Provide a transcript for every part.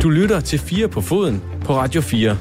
Du lytter til 4 på foden på Radio 4.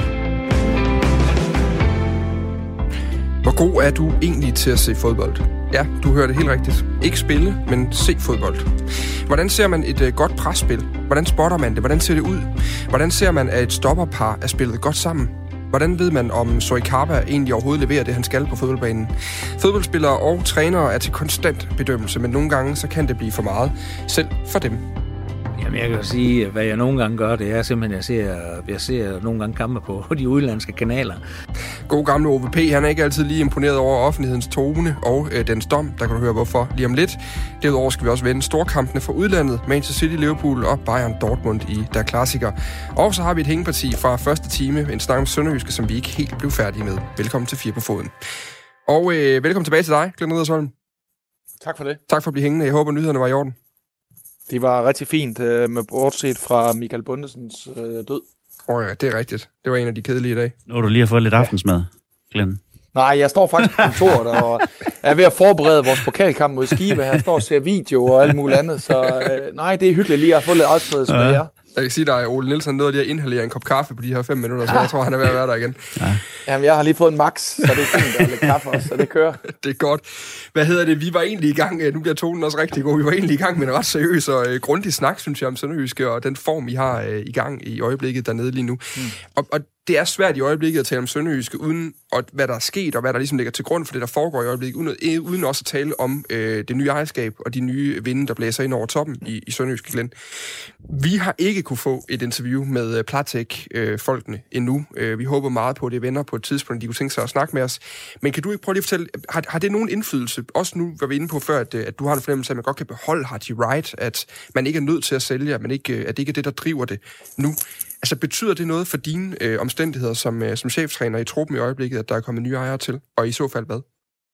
Hvor god er du egentlig til at se fodbold? Ja, du hører det helt rigtigt. Ikke spille, men se fodbold. Hvordan ser man et godt presspil? Hvordan spotter man det? Hvordan ser det ud? Hvordan ser man, at et stopperpar er spillet godt sammen? Hvordan ved man, om Soricaba egentlig overhovedet leverer det, han skal på fodboldbanen? Fodboldspillere og trænere er til konstant bedømmelse, men nogle gange så kan det blive for meget, selv for dem. Jamen, jeg kan jo sige, hvad jeg nogle gange gør, det er simpelthen, jeg ser nogle gange kampe på de udenlandske kanaler. God gamle OVP, han er ikke altid lige imponeret over offentlighedens tone og dens dom. Der kan du høre hvorfor lige om lidt. Derudover skal vi også vende storkampene fra udlandet. Manchester City, Liverpool og Bayern Dortmund i der klassiker. Og så har vi et hængeparti fra første time, en snak om Sønderjyske, som vi ikke helt blev færdige med. Velkommen til 4 på foden. Og velkommen tilbage til dig, Glenn Riddersholm. Tak for det. Tak for at blive hængende. Jeg håber, nyhederne var i orden. Det var rigtig fint, med bortset fra Michael Bundesens død. Ja, det er rigtigt. Det var en af de kedelige i dag. Nu har du lige fået lidt aftensmad, Glenn. Nej, jeg står faktisk på kontoret og er ved at forberede vores pokalkamp mod Skive. Jeg står og ser video og alt muligt andet, så nej, det er hyggeligt lige at få lidt afsted med jer. Jeg kan sige dig, Ole Nielsen nåede lige at inhalere en kop kaffe på de her 5 minutter, så jeg tror, han er ved at være der igen. Ja. Jamen, jeg har lige fået en max, så det er fint, og lidt kaffe også, så det kører. Det er godt. Hvad hedder det? Vi var egentlig i gang, nu bliver tonen også rigtig god, vi var egentlig i gang med en ret seriøs og grundig snak, synes jeg, om Sønderjyske, og den form, I har i gang i øjeblikket dernede lige nu. Og det er svært i øjeblikket at tale om Sønderjyske, uden hvad der er sket, og hvad der ligesom ligger til grund for det, der foregår i øjeblikket, uden også at tale om det nye ejerskab og de nye vinde, der blæser ind over toppen i Sønderjyske, Glenn. Vi har ikke kunne få et interview med Platek-folkene endnu. Vi håber meget på, at det vender på et tidspunkt, de kunne tænke sig at snakke med os. Men kan du ikke prøve lige at fortælle, har det nogen indflydelse? Også nu var vi inde på før, at du har en fornemmelse af, at man godt kan beholde Haji Wright, at man ikke er nødt til at sælge, at det ikke er det, der driver det nu. Altså, betyder det noget for dine omstændigheder som cheftræner i truppen i øjeblikket, at der er kommet nye ejere til? Og i så fald hvad?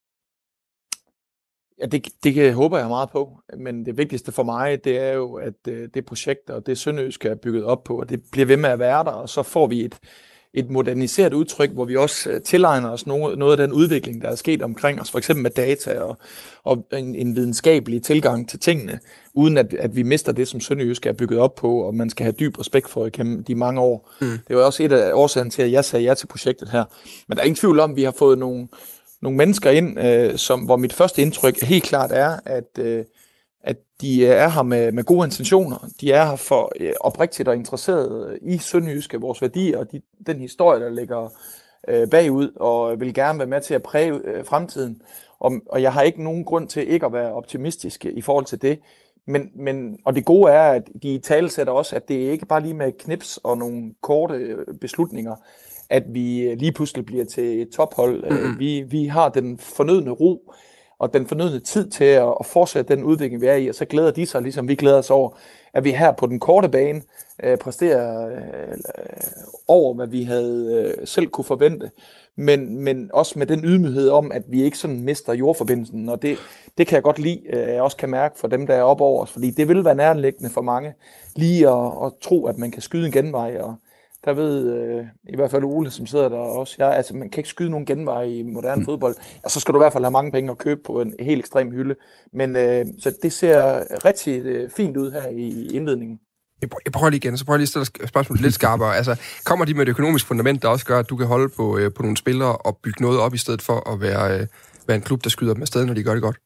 Ja, det håber jeg meget på, men det vigtigste for mig, det er jo, at det projekt og det Sønderjyske er bygget op på, og det bliver ved med at være der, og så får vi et moderniseret udtryk, hvor vi også tilegner os noget af den udvikling, der er sket omkring os, for eksempel med data og en videnskabelig tilgang til tingene, uden at vi mister det, som Sønderjyske er bygget op på, og man skal have dyb respekt for igennem de mange år. Det var også et af årsagen til, at jeg sagde ja til projektet her. Men der er ingen tvivl om, at vi har fået nogle mennesker ind, hvor mit første indtryk helt klart er, at de er her med gode intentioner. De er her for oprigtigt og interesseret i Sønderjyske, vores værdier og den historie, der ligger bagud, og vil gerne være med til at præge fremtiden. Og jeg har ikke nogen grund til ikke at være optimistisk i forhold til det. Og det gode er, at de italesætter også, at det ikke bare lige med knips og nogle korte beslutninger, at vi lige pludselig bliver til et tophold. Vi har den fornødne ro og den fornødne tid til at fortsætte den udvikling, vi er i, og så glæder de sig, ligesom vi glæder os over, at vi her på den korte bane præsterer over, hvad vi havde selv kunne forvente, men også med den ydmyghed om, at vi ikke sådan mister jordforbindelsen, og det kan jeg godt lide, jeg også kan mærke for dem, der er oppe over os, fordi det vil være nærliggende for mange, lige at tro, at man kan skyde en genvej, og der ved i hvert fald Ole, som sidder der også, man kan ikke skyde nogen genvej i moderne fodbold. Og så skal du i hvert fald have mange penge at købe på en helt ekstrem hylde. Men så det ser rigtig fint ud her i indledningen. Jeg prøver lige igen, så prøver jeg lige at stille spørgsmålet lidt skarpere. Altså, kommer de med et økonomisk fundament, der også gør, at du kan holde på nogle spillere og bygge noget op, i stedet for at være en klub, der skyder dem afsted, når de gør det godt?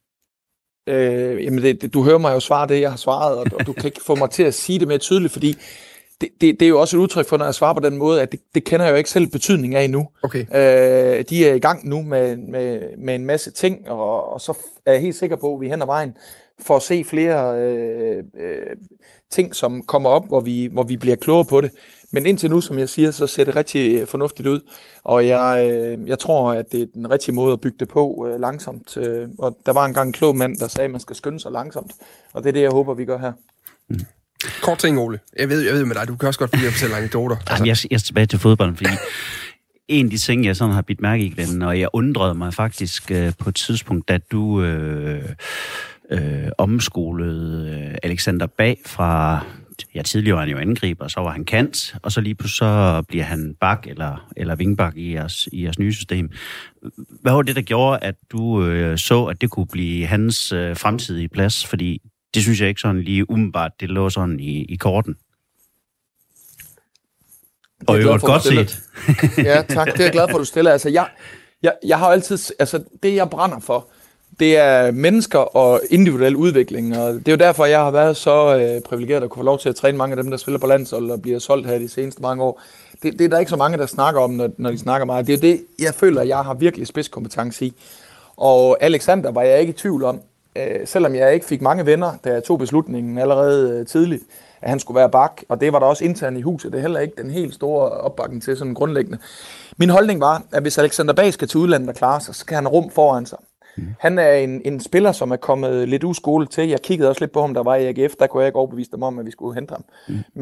Jamen, du hører mig jo svare det, jeg har svaret, og du kan ikke få mig til at sige det mere tydeligt, fordi det er jo også et udtryk for, når jeg svarer på den måde, at det kender jeg jo ikke selv betydning af endnu. Okay. De er i gang nu med en masse ting, og så er jeg helt sikker på, at vi hen ad vejen får at se flere ting, som kommer op, hvor vi bliver klogere på det. Men indtil nu, som jeg siger, så ser det rigtig fornuftigt ud, og jeg tror, at det er den rigtige måde at bygge det på langsomt. Og der var engang en klog mand, der sagde, at man skal skynde sig langsomt, og det er det, jeg håber, vi gør her. Kort ting, Ole. Jeg ved med dig, du kan også godt blive fortælle anekdoter. Altså. Jeg er tilbage til fodbolden, fordi en af de ting, jeg sådan har bidt mærke i, Glenn, og jeg undrede mig faktisk på et tidspunkt, da du omskolede Alexander Bag fra, tidligere var han jo angriber, så var han kant, og så lige pludselig så bliver han bak eller vingbak i jeres nye system. Hvad var det, der gjorde, at du så, at det kunne blive hans fremtidige plads? Fordi det synes jeg ikke sådan lige umiddelbart, det lå sådan i korten. Og det er godt set. Ja, tak. Det er jeg glad for, at du stiller. Altså, jeg har altid... Altså, det jeg brænder for, det er mennesker og individuel udvikling, og det er jo derfor, jeg har været så privilegeret at kunne få lov til at træne mange af dem, der spiller på landshold og bliver solgt her de seneste mange år. Det er der ikke så mange, der snakker om, når de snakker meget. Det er det, jeg føler, jeg har virkelig spidskompetence i. Og Alexander var jeg ikke i tvivl om, selvom jeg ikke fik mange venner, da jeg tog beslutningen allerede tidligt, at han skulle være bak, og det var der også internt i huset. Det er heller ikke den helt store opbakning til sådan grundlæggende. Min holdning var, at hvis Alexander Bag skal til udlandet og klare sig, så skal han have rum foran sig. Han er en spiller, som er kommet lidt uskolet til. Jeg kiggede også lidt på ham, der var i AGF. Der kunne jeg ikke overbevise dem om, at vi skulle hente ham.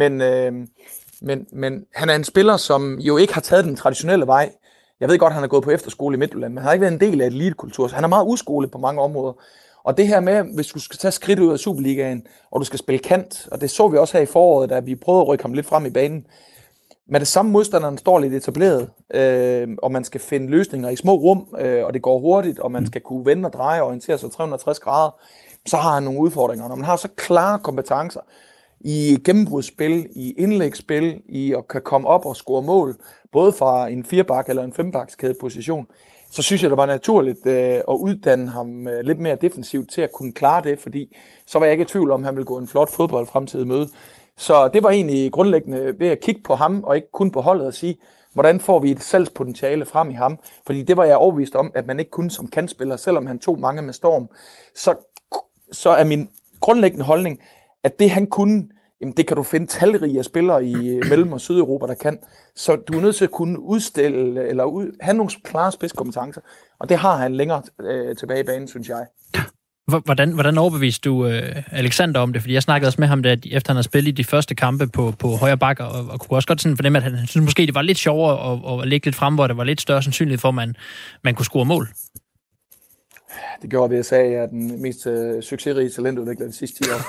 Men han er en spiller, som jo ikke har taget den traditionelle vej. Jeg ved godt, at han har gået på efterskole i Midtjylland, men han har ikke været en del af elitekultur, så han er meget uskolet på mange områder. Og det her med, hvis du skal tage skridt ud af Superligaen, og du skal spille kant, og det så vi også her i foråret, da vi prøvede at rykke ham lidt frem i banen, med det samme modstanderen står lidt etableret, og man skal finde løsninger i små rum, og det går hurtigt, og man skal kunne vende og dreje og orientere sig 360 grader, så har han nogle udfordringer. Når man har så klare kompetencer i gennembrudsspil, i indlægsspil, i at kan komme op og score mål, både fra en 4-bak eller en 5-bakskæde position, så synes jeg, det var naturligt at uddanne ham lidt mere defensivt til at kunne klare det, fordi så var jeg ikke i tvivl om, at han ville gå en flot fodbold fremtidig møde. Så det var egentlig grundlæggende ved at kigge på ham, og ikke kun på holdet og sige, hvordan får vi et salgspotentiale frem i ham? Fordi det var jeg overbevist om, at man ikke kunne som kantspiller, selvom han tog mange med storm. Så er min grundlæggende holdning, at det han kunne, jamen det kan du finde talrige spillere i Mellem- og Sydeuropa, der kan. Så du er nødt til at kunne udstille, eller have nogle klare spidskompetencer. Og det har han længere tilbage i banen, synes jeg. Hvordan overbeviste du Alexander om det? Fordi jeg snakkede også med ham, da, efter han havde spillet i de første kampe på højre bakker, og kunne også godt sådan fornemme, at han synes måske, det var lidt sjovere at ligge lidt frem, hvor der var lidt større sandsynlighed for, at man kunne score mål. Det gjorde, at jeg sagde, at jeg er den mest succesrige talentudvikler de sidste 10 år.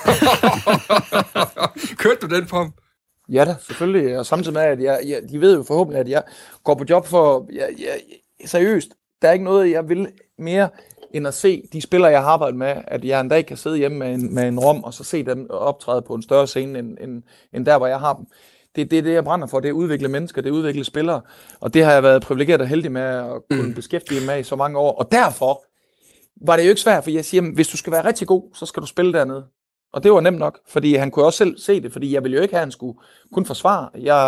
Kørte du den på ham? Ja da, selvfølgelig. Og samtidig med, at de ved jo forhåbentlig, at jeg går på job for... seriøst, der er ikke noget, jeg vil mere end at se de spillere, jeg har arbejdet med, at jeg en dag kan sidde hjemme med en rom, og så se dem optræde på en større scene, end der, hvor jeg har dem. Det er det, jeg brænder for. Det er at udvikle mennesker, det er at udvikle spillere. Og det har jeg været privilegeret og heldig med at kunne beskæftige mig med i så mange år. Og derfor var det jo ikke svært, for jeg siger, hvis du skal være rigtig god, så skal du spille dernede. Og det var nemt nok, fordi han kunne også selv se det, fordi jeg ville jo ikke have, at han skulle kun forsvare.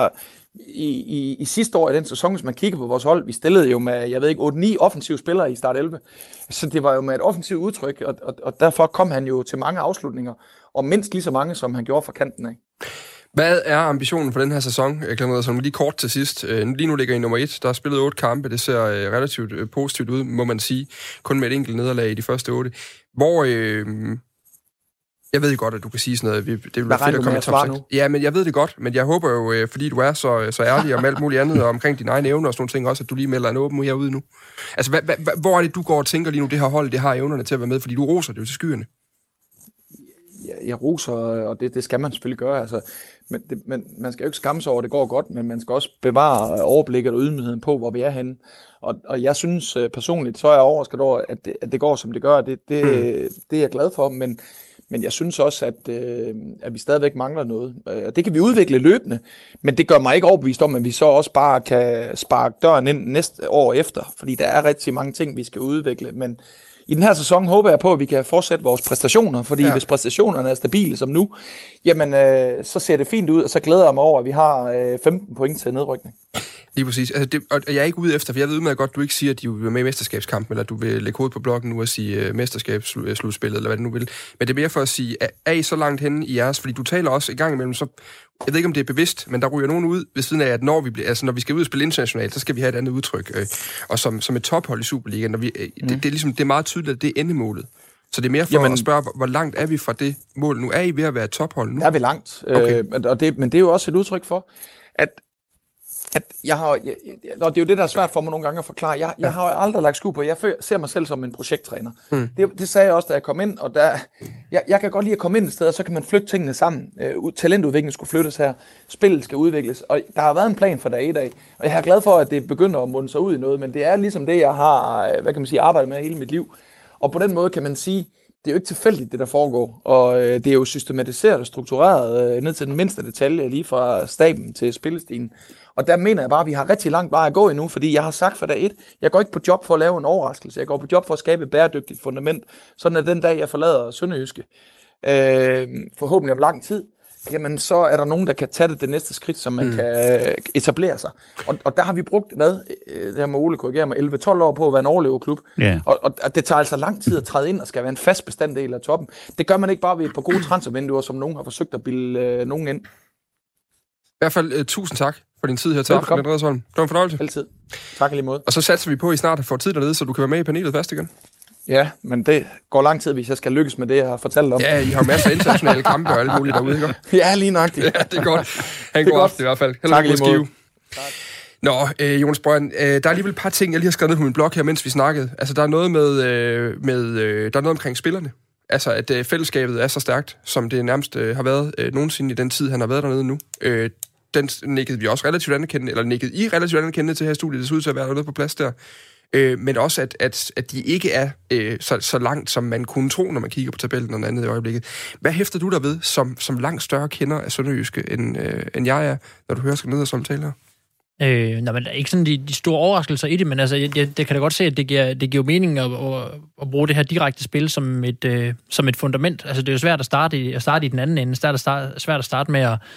I sidste år i den sæson, hvis man kigger på vores hold, vi stillede jo med, jeg ved ikke, 8-9 offensive spillere i start 11. Så det var jo med et offensivt udtryk, og derfor kom han jo til mange afslutninger, og mindst lige så mange, som han gjorde fra kanten af. Hvad er ambitionen for den her sæson, som lige kort til sidst? Lige nu ligger I nummer 1. Der er spillet 8 kampe. Det ser relativt positivt ud, må man sige. Kun med et enkelt nederlag i de første 8. Hvor... Jeg ved godt, at du kan sige sådan noget. Det vil være fedt at komme i top 6. Ja, men jeg ved det godt. Men jeg håber jo, fordi du er så ærlig om alt muligt andet, og omkring dine egne evner og sådan nogle ting også, at du lige melder en åben herude nu. Altså, hvor er det, du går og tænker lige nu, det her hold, det har evnerne til at være med? Fordi du roser det jo til skyerne. Jeg roser, og det skal man selvfølgelig gøre. Altså, men man skal jo ikke skamme sig over, at det går godt, men man skal også bevare overblikket og ydmygheden på, hvor vi er henne. Og jeg synes personligt, så er jeg overrasket over, at det går, som det gør. Det er jeg glad for, men jeg synes også, at vi stadigvæk mangler noget. Det kan vi udvikle løbende, men det gør mig ikke overbevist om, at vi så også bare kan sparke døren ind næste år efter, fordi der er rigtig mange ting, vi skal udvikle. Men i den her sæson håber jeg på, at vi kan fortsætte vores præstationer, fordi hvis præstationerne er stabile som nu, jamen så ser det fint ud, og så glæder jeg mig over, at vi har 15 point til nedrykning. Lige præcis. Altså og jeg er ikke ude efter, for jeg ved udmærket godt, at du ikke siger, at de vil med i mesterskabskampen, eller du vil lægge hovedet på blokken nu og sige mesterskabsslutspillet, eller hvad det nu vil. Men det er mere for at sige, er I så langt henne i jeres? Fordi du taler også i gang imellem, så jeg ved ikke, om det er bevidst, men der ryger nogen ud ved siden af, at når vi skal ud og spille internationalt, så skal vi have et andet udtryk. Og som et tophold i Superligaen, det er ligesom, det er meget tydeligt, at det er endemålet. Så det er mere for at spørge, hvor langt er vi fra det mål? Nu er I ved at være et tophold nu? Der er vi langt. Okay. Men det er jo også et udtryk for, at jeg har... det er jo det, der er svært for mig nogle gange at forklare. Jeg har aldrig lagt skue på. Jeg ser mig selv som en projekttræner. Det sagde jeg også, da jeg kom ind. Og jeg kan godt lide at komme ind et sted, og så kan man flytte tingene sammen. Talentudviklingen skulle flyttes her. Spillet skal udvikles. Og der har været en plan for dag i dag. Og jeg er glad for, at det begynder at munde sig ud i noget. Men det er ligesom det, jeg har arbejdet med hele mit liv. Og på den måde kan man sige, det er jo ikke tilfældigt, det der foregår, og det er jo systematiseret og struktureret ned til den mindste detalje, lige fra staben til spillestilen. Og der mener jeg bare, at vi har rigtig langt vej at gå endnu, fordi jeg har sagt fra dag 1, jeg går ikke på job for at lave en overraskelse, jeg går på job for at skabe et bæredygtigt fundament, sådan at den dag, jeg forlader Sønderjyske, forhåbentlig om lang tid, jamen så er der nogen, der kan tage det næste skridt, som man kan etablere sig. Og der har vi brugt, det her med Ole korrigerer mig, 11-12 år på at være en overleverklub. Yeah. Og det tager altså lang tid at træde ind og skal være en fast bestanddel af toppen. Det gør man ikke bare ved et par gode transfervinduer, som nogen har forsøgt at bilde nogen ind. I hvert fald tusind tak for din tid her til aften, Andreas Holm. Det var en fornøjelse. Altid. Tak lige måde. Og så satser vi på, at I snart får tid dernede, så du kan være med i panelet fast igen. Ja, men det går lang tid, hvis jeg skal lykkes med det, jeg har fortalt om. Ja, I har masser af internationale kampe og alt muligt derude, ikke? Ja, lige nøjagtigt. Ja, det er godt. Ha' en god aften i hvert fald. Tak lige måde. Nå, Jonas Brønd, der er alligevel et par ting, jeg lige har skrevet ned på min blog her, mens vi snakkede. Altså, der er noget der er noget omkring spillerne. Altså, at fællesskabet er så stærkt, som det nærmest har været nogensinde i den tid, han har været dernede nu. Den nikkede vi også relativt anerkendende til her i studiet. Det ser ud til at være noget på plads der. Men også, at de ikke er så langt, som man kunne tro, når man kigger på tabellen og andet i øjeblikket. Hvad hæfter du der ved, som langt større kender af Sønderjyske, end jeg er, når du hører skal ned og samtale her? Nej, men der er ikke sådan de store overraskelser i det, men altså, det kan da godt se, at det giver mening at bruge det her direkte spil som et fundament. Altså, det er jo svært at starte i den anden ende. Det er svært at starte med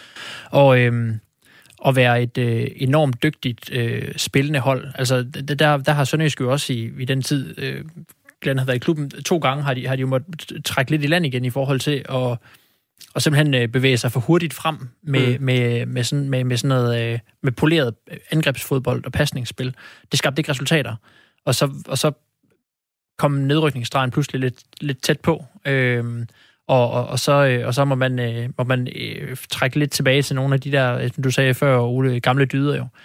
at være et enormt dygtigt spillende hold. Altså, der har Sønderjyske jo også i den tid, Glenn har været i klubben 2 gange, har de jo måttet trække lidt i land igen i forhold til at simpelthen bevæge sig for hurtigt frem med sådan noget med poleret angrebsfodbold og pasningsspil. Det skabte ikke resultater. Og så kom nedrykningsstregen pludselig lidt tæt på. Og så må man trække lidt tilbage til nogle af de der, som du sagde før, Ole, gamle dyder jo.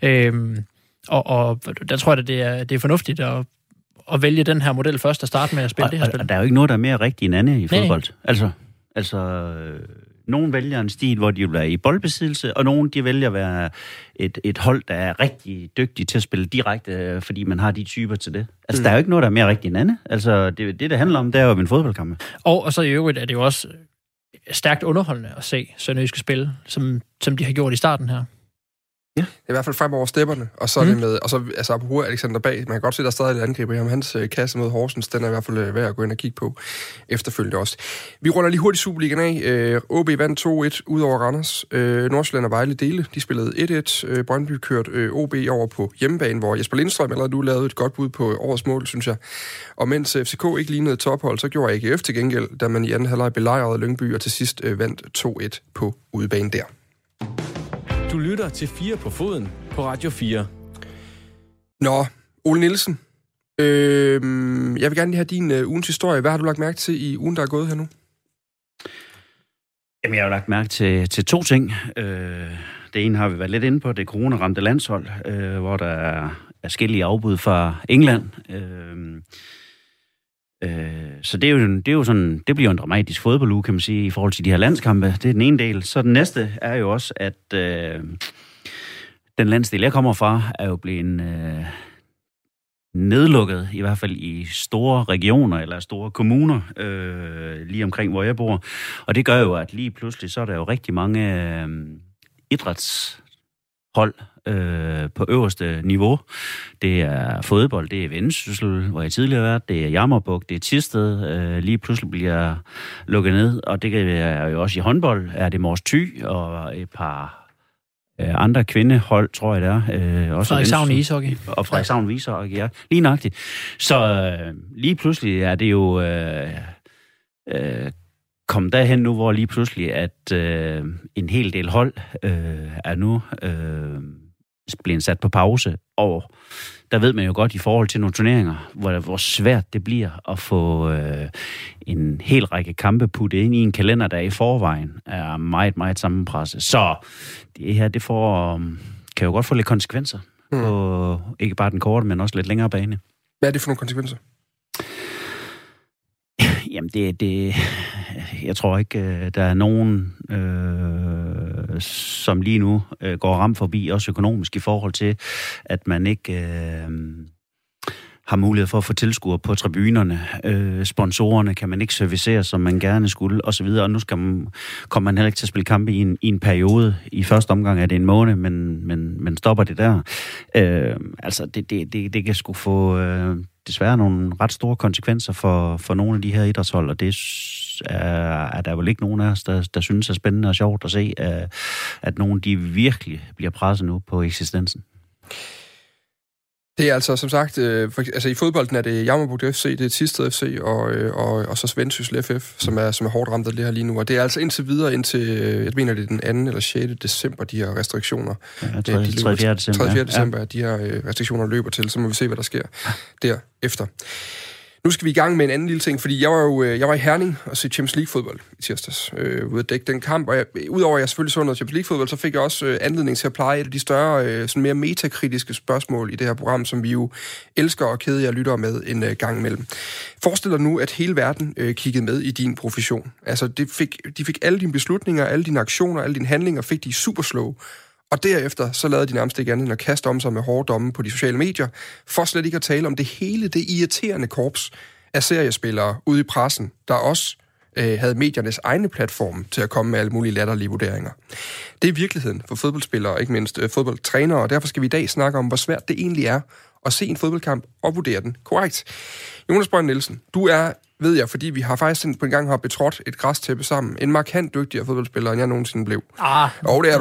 Og der tror jeg, at det er fornuftigt at vælge den her model først og starte med at spille det her spil. Og der er jo ikke noget, der er mere rigtigt end andet i fodbold. Altså, nogen vælger en stil, hvor de vil være i boldbesiddelse, og nogen de vælger at være et hold, der er rigtig dygtigt til at spille direkte, fordi man har de typer til det. Altså, der er jo ikke noget, der er mere rigtigt end andet. Altså, det handler om, det er jo en fodboldkamp. Og så i øvrigt er det jo også stærkt underholdende at se Sønderjyske spille, som de har gjort i starten her. Ja. Det er i hvert fald frem over stepperne, og så er det med, og så altså apropos Alexander Bag, man kan godt se, der er stadig et angreb i ham. Hans kasse mod Horsens, den er i hvert fald værd at gå ind og kigge på efterfølgende også. Vi runder lige hurtigt Superligaen af. OB vandt 2-1 ud over Randers. Nordsjælland og Vejle dele, de spillede 1-1. Brøndby kørte OB over på hjemmebane, hvor Jesper Lindstrøm allerede nu lavede et godt bud på årets mål, synes jeg. Og mens FCK ikke lignede tophold, så gjorde AGF til gengæld, da man i anden halvleg belejrede Lyngby og til sidst vandt 2-1 på udebane der. Du lytter til 4 på foden på Radio 4. Nå, Ole Nielsen. Jeg vil gerne lige have din ugens historie. Hvad har du lagt mærke til i ugen, der er gået her nu? Jamen, jeg har lagt mærke til 2 ting. Det ene har vi været lidt inde på, det coronaramte landshold, hvor der er forskellige afbud fra England. Så det er jo sådan, det bliver jo en dramatisk fodbolduge, kan man sige, i forhold til de her landskampe. Det er den ene del. Så den næste er jo også, at den landsdel, jeg kommer fra, er jo blevet nedlukket, i hvert fald i store regioner eller store kommuner, lige omkring, hvor jeg bor. Og det gør jo, at lige pludselig, så er der jo rigtig mange idrætshold på øverste niveau. Det er fodbold, det er Vendsyssel, hvor jeg tidligere har været, det er Jammerbugt, det er Thisted, lige pludselig bliver lukket ned, og det er jo også i håndbold, er det Mors Thy og et par andre kvindehold, tror jeg det er. Også Frederikshavn ishockey. Og Frederikshavn ishockey, ja. Lige nøjagtigt. Så lige pludselig er det jo kom derhen nu, hvor lige pludselig, at en hel del hold er nu blevet sat på pause, og der ved man jo godt i forhold til nogle turneringer, hvor svært det bliver at få en hel række kampe puttet ind i en kalender, der i forvejen er meget, meget sammenpresset. Så det her, det kan jo godt få lidt konsekvenser på ikke bare den korte, men også lidt længere bane. Hvad er det for nogle konsekvenser? Jamen, jeg tror ikke, der er nogen, som lige nu går ramt forbi, også økonomisk, i forhold til, at man ikke har mulighed for at få tilskuere på tribunerne. Sponsorerne kan man ikke servicere, som man gerne skulle, osv. Og nu kommer man heller ikke til at spille kampe i en periode. I første omgang er det en måned, men stopper det der. Altså, det kan sgu få desværre nogle ret store konsekvenser for nogle af de her idrætshold, og det er der vel ikke nogen af os, der synes er spændende og sjovt at se, at nogen de virkelig bliver presset nu på eksistensen. Det er altså, som sagt, i fodbolden er det Jammerbugt FC, det er Thisted FC og så Vendsyssel FF, som er hårdt ramt af det her lige nu. Og det er altså indtil videre, jeg mener, det er den 2. eller 6. december, de her restriktioner. Ja, 3. 4. december, de her restriktioner løber til, så må vi se, hvad der sker derefter. Nu skal vi i gang med en anden lille ting, fordi jeg var i Herning og se Champions League-fodbold i tirsdags, ude at dække den kamp, og udover at jeg selvfølgelig så noget Champions League-fodbold, så fik jeg også anledning til at pleje et af de større, sådan mere metakritiske spørgsmål i det her program, som vi jo elsker og kede jer lyttere med en gang imellem. Forestil dig nu, at hele verden kiggede med i din profession. Altså, de fik alle dine beslutninger, alle dine aktioner, alle dine handlinger, fik de super slow. Og derefter så lavede de nærmest ikke andet end at kaste om sig med hårde domme på de sociale medier, for slet ikke at tale om det hele, det irriterende korps af seriespillere ude i pressen, der også havde mediernes egne platforme til at komme med alle mulige latterlige vurderinger. Det er virkeligheden for fodboldspillere, og ikke mindst fodboldtrænere, og derfor skal vi i dag snakke om, hvor svært det egentlig er at se en fodboldkamp og vurdere den korrekt. Jonas Brønd Nielsen, du er, ved jeg, fordi vi har faktisk på en gang betrådt et græstæppe sammen, en markant dygtigere fodboldspiller, end jeg nogensinde blev. Og det er du.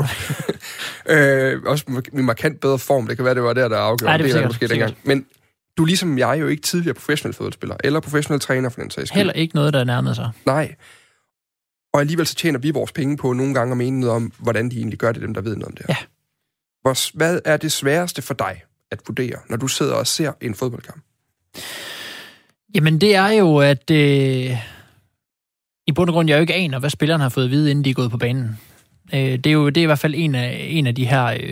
Også med markant bedre form, det kan være, det var der afgjorde. Nej, det er måske dengang. Men du er ligesom jeg jo ikke tidligere professionel fodboldspiller, eller professionel træner for den sags skyld. Heller ikke noget, der nærmede sig. Nej. Og alligevel så tjener vi vores penge på nogle gange at mene noget om, hvordan de egentlig gør det, dem der ved noget om det her. Ja. Hvad er det sværeste for dig at vurdere, når du sidder og ser en fodboldkamp? Jamen, det er jo, at i bund og grund, jeg jo ikke aner, hvad spillerne har fået at vide, inden de er gået på banen. Det er i hvert fald en af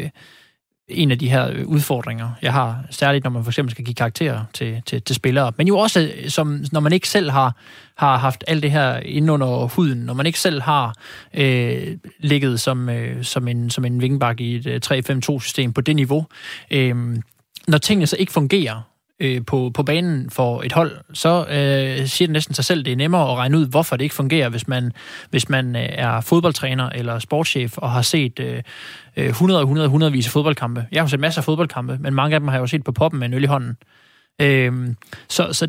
de her udfordringer, jeg har, særligt når man for eksempel skal give karakterer til spillere. Men jo også, som når man ikke selv har haft alt det her inde under huden, når man ikke selv har ligget som en vingbak i et 3-5-2-system på det niveau. Når tingene så ikke fungerer på banen for et hold, så siger det næsten sig selv, det er nemmere at regne ud, hvorfor det ikke fungerer, hvis man er fodboldtræner eller sportschef og har set hundredvis af fodboldkampe. Jeg har set masser af fodboldkampe, men mange af dem har jeg jo set på poppen med en øl i hånden. Så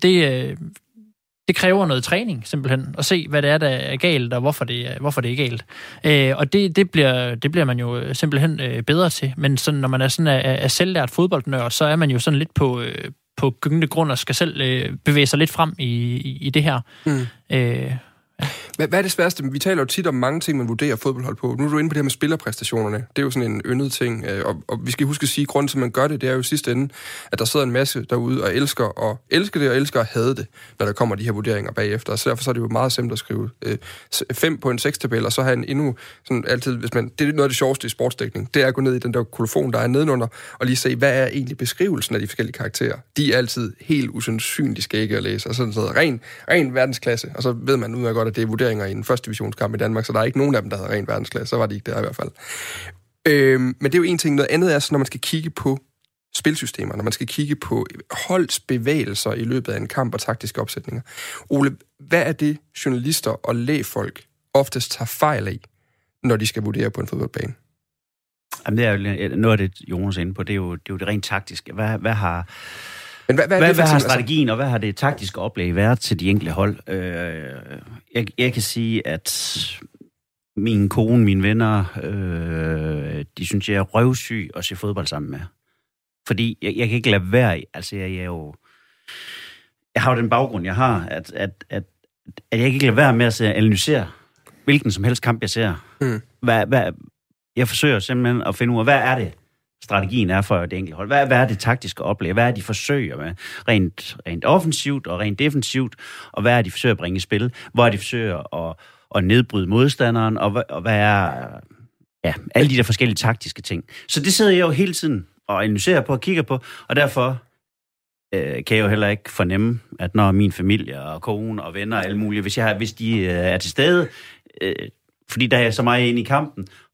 det kræver noget træning, simpelthen, at se, hvad det er, der er galt, og hvorfor det er galt. Og det bliver man jo simpelthen bedre til. Men sådan, når man er sådan er selvlært fodboldnørd, så er man jo sådan lidt på gyngende grund og skal selv bevæge sig lidt frem i det her. Hvad er det sværeste? Vi taler jo tit om mange ting, man vurderer fodboldhold på. Nu er du inde på det her med spillerpræstationerne. Det er jo sådan en yndet ting, og vi skal huske at sige, at grunden til, at man gør det, det er jo i sidste ende, at der sidder en masse derude og elsker at hade det, når der kommer de her vurderinger bagefter. Så derfor så er det jo meget simpelt at skrive 5 på en 6-tabel, og så have en endnu sådan altid, det er noget af det sjoveste i sportsdækning, det er at gå ned i den der kolofon, der er nedenunder, og lige se, hvad er egentlig beskrivelsen af de forskellige karakterer. De er altid helt usandsynligt skægge at læse, og sådan noget ren verdensklasse, og så ved man ud af godt, at det er vurderinger i en første divisionskamp i Danmark, så der er ikke nogen af dem, der havde ren verdensklasse. Så var de ikke der i hvert fald. Men det er jo en ting. Noget andet er, når man skal kigge på spilsystemer, når man skal kigge på holds bevægelser i løbet af en kamp og taktiske opsætninger. Ole, hvad er det, journalister og lægfolk oftest tager fejl af, når de skal vurdere på en fodboldbane? Jamen, det er jo noget af det, Jonas er inde på. Det er jo det rent taktiske. Hvad har strategien, og hvad har det taktiske oplæg været til de enkelte hold? Jeg kan sige, at min kone, mine venner, de synes, jeg er røvsyg at se fodbold sammen med. Fordi jeg kan ikke lade være, altså jeg har jo den baggrund, jeg har, at jeg kan ikke lade være med at analysere, hvilken som helst kamp, jeg ser. Jeg forsøger simpelthen at finde ud af, hvad er det, strategien er for det enkelte hold. Hvad er det taktiske oplæg? Hvad er de forsøger med? Rent offensivt og rent defensivt, og hvad er de forsøger at bringe i spil? Hvor er de forsøger at nedbryde modstanderen, og hvad er alle de der forskellige taktiske ting. Så det sidder jeg jo hele tiden og analyserer på og kigger på, og derfor kan jeg jo heller ikke fornemme, at når min familie og kone og venner og alle mulige, hvis de er til stede, fordi der er så meget inde i kampen,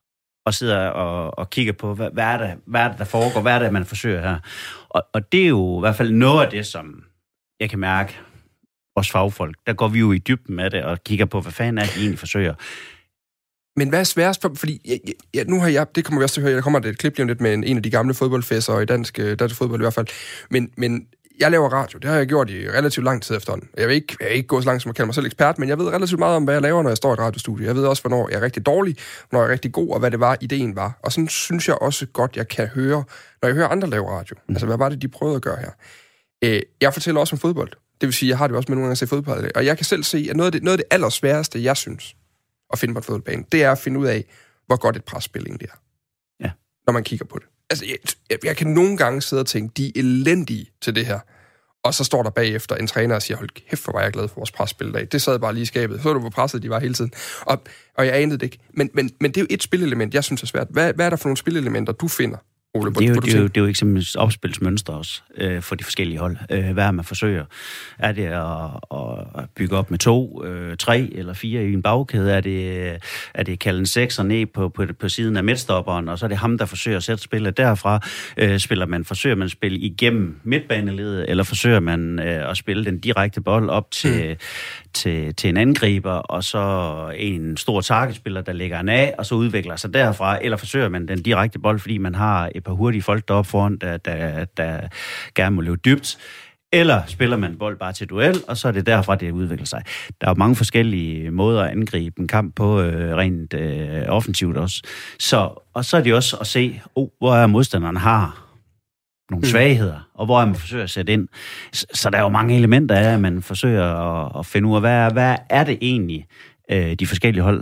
og sidder og kigger på, hvad er det, der foregår, hvad er det, man forsøger her. Og det er jo i hvert fald noget af det, som jeg kan mærke, os fagfolk, der går vi jo i dybden med det, og kigger på, hvad fanden er det, de egentlig forsøger. Men hvad er sværest for, fordi nu har det kommer vi også til at høre, der kommer et klip lige lidt med en af de gamle fodboldfæsser i dansk fodbold i hvert fald, men jeg laver radio, det har jeg gjort i relativt lang tid efterhånden. Jeg vil ikke gå så langt som at kalde mig selv ekspert, men jeg ved relativt meget om, hvad jeg laver, når jeg står i et radiostudie. Jeg ved også, hvornår jeg er rigtig dårlig, hvornår jeg er rigtig god, og hvad det var, ideen var. Og sådan synes jeg også godt, jeg kan høre, når jeg hører andre lave radio. Altså, hvad var det, de prøvede at gøre her? Jeg fortæller også om fodbold. Det vil sige, jeg har det også med nogle gange at se fodbold. Og jeg kan selv se, at noget af det allersværeste, jeg synes, at finde på en fodboldbane, det er at finde ud af, hvor godt et presspil egentlig er. Ja. Når man kigger på det. Altså, jeg kan nogle gange sidde og tænke, de er elendige til det her. Og så står der bagefter en træner og siger, hold kæft, hvor var jeg glad for vores presspil i dag. Det sad bare lige i skabet. Så du, hvor presset de var hele tiden. Og jeg anede det ikke. Men det er jo et spillelement, jeg synes er svært. Hvad er der for nogle spillelementer, du finder, Ole? Det er jo eksempelvis opspilsmønstre også for de forskellige hold. Hvad er man forsøger? Er det at bygge op med 2, 3 eller 4 i en bagkæde? Er det kalde en 6'er ned på siden af midtstopperen, og så er det ham, der forsøger at sætte spillet derfra? Forsøger man at spille igennem midtbaneledet, eller forsøger man at spille den direkte bold op til en angriber, og så en stor targetspiller, der lægger en af, og så udvikler sig derfra, eller forsøger man den direkte bold, fordi man har et par hurtige folk deroppe foran, der gerne må løbe dybt, eller spiller man bold bare til duel, og så er det derfra, det udvikler sig. Der er jo mange forskellige måder at angribe en kamp på, rent offensivt også. Og så er det også at se, hvor er modstanderen har nogle svagheder, og hvor man forsøger at sætte ind. Så der er jo mange elementer af, at man forsøger at finde ud af, hvad er det egentlig, de forskellige hold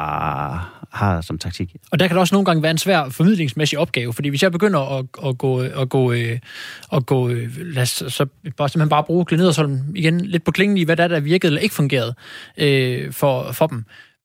har som taktik. Og der kan det også nogle gange være en svær formidlingsmæssig opgave, fordi hvis jeg begynder at gå lad os så simpelthen bare bruge Glenn Edersholm igen lidt på klingen i, hvad der virkede eller ikke fungerede for dem,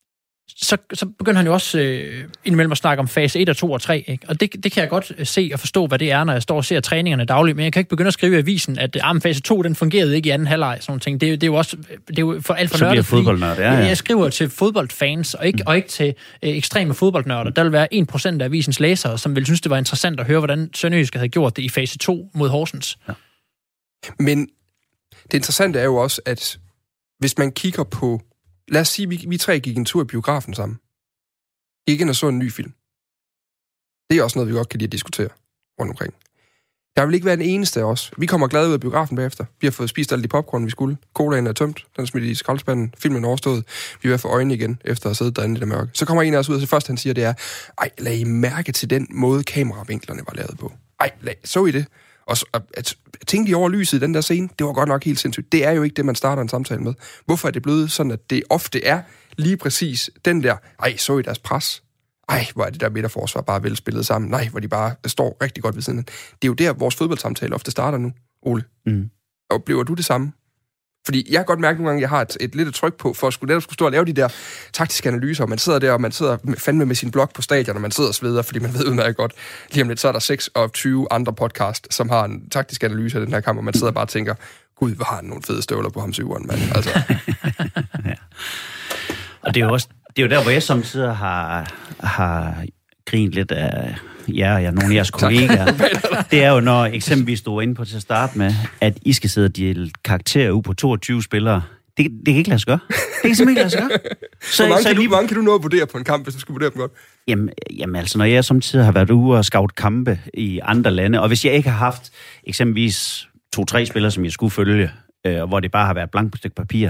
så begynder han jo også indimellem at snakke om fase 1 og 2 og 3, ikke? Og det kan jeg godt se og forstå, hvad det er, når jeg står og ser træningerne dagligt, men jeg kan ikke begynde at skrive i avisen, at fase 2, den fungerede ikke i anden halvleg, sådan ting. Det er jo også for alt for nørdet, fodboldnørd, ja. Jeg skriver til fodboldfans, og ikke til ekstreme fodboldnørder. Der vil være 1% af avisens læsere, som vil synes, det var interessant at høre, hvordan Sønderjyske havde gjort det i fase 2 mod Horsens. Ja. Men det interessante er jo også, at hvis man kigger på, lad os sige, vi 3 gik en tur i biografen sammen. Gik ind og så en ny film. Det er også noget, vi godt kan lide at diskutere rundt omkring. Der vil ikke være en eneste af os. Vi kommer glade ud af biografen bagefter. Vi har fået spist alle de popcorn, vi skulle. Colaen er tømt. Den er smidt i skraldespanden. Filmen er overstået. Vi er ved at få øjnene igen, efter at have siddet derinde i det mørke. Så kommer en af os ud, og det første, han siger, det er, lad I mærke til den måde, kameravinklerne var lavet på. Så I det? Og tænkte I over lyset i den der scene? Det var godt nok helt sindssygt. Det er jo ikke det, man starter en samtale med. Hvorfor er det blevet sådan, at det ofte er lige præcis den der, så I deres pres? Hvor er det der midterforsvar bare velspillet sammen? Nej, hvor de bare står rigtig godt ved siden af. Det er jo der, vores fodboldsamtale ofte starter nu, Ole. Mm. Og bliver du det samme? Fordi jeg kan godt mærke nogle gange, at jeg har et lidt tryk på, for at skulle stå og lave de der taktiske analyser, og man sidder der, og man sidder fandme med sin blog på stadion, og man sidder og sveder, fordi man ved udmærket godt, lige om lidt, så er der 26 andre podcast, som har en taktisk analyse af den her kamp, og man sidder bare og tænker, gud, hvor har han nogle fede støvler på ham syveren, mand. Altså. Ja. Og det er jo der, hvor jeg samtidig har grint lidt af jer og nogle af jeres kollegaer. Det er jo, når eksempelvis du er inde på til at starte med, at I skal sidde og dele karakterer ud på 22 spillere. Det kan ikke lade sig gøre. Det kan simpelthen ikke lade sig gøre. Hvor mange kan du nå at vurdere på en kamp, hvis du skal vurdere dem godt? Jamen altså, når jeg samtidig har været ude og scout kampe i andre lande, og hvis jeg ikke har haft eksempelvis 2-3 spillere, som jeg skulle følge, hvor det bare har været blankt på et stykke papir,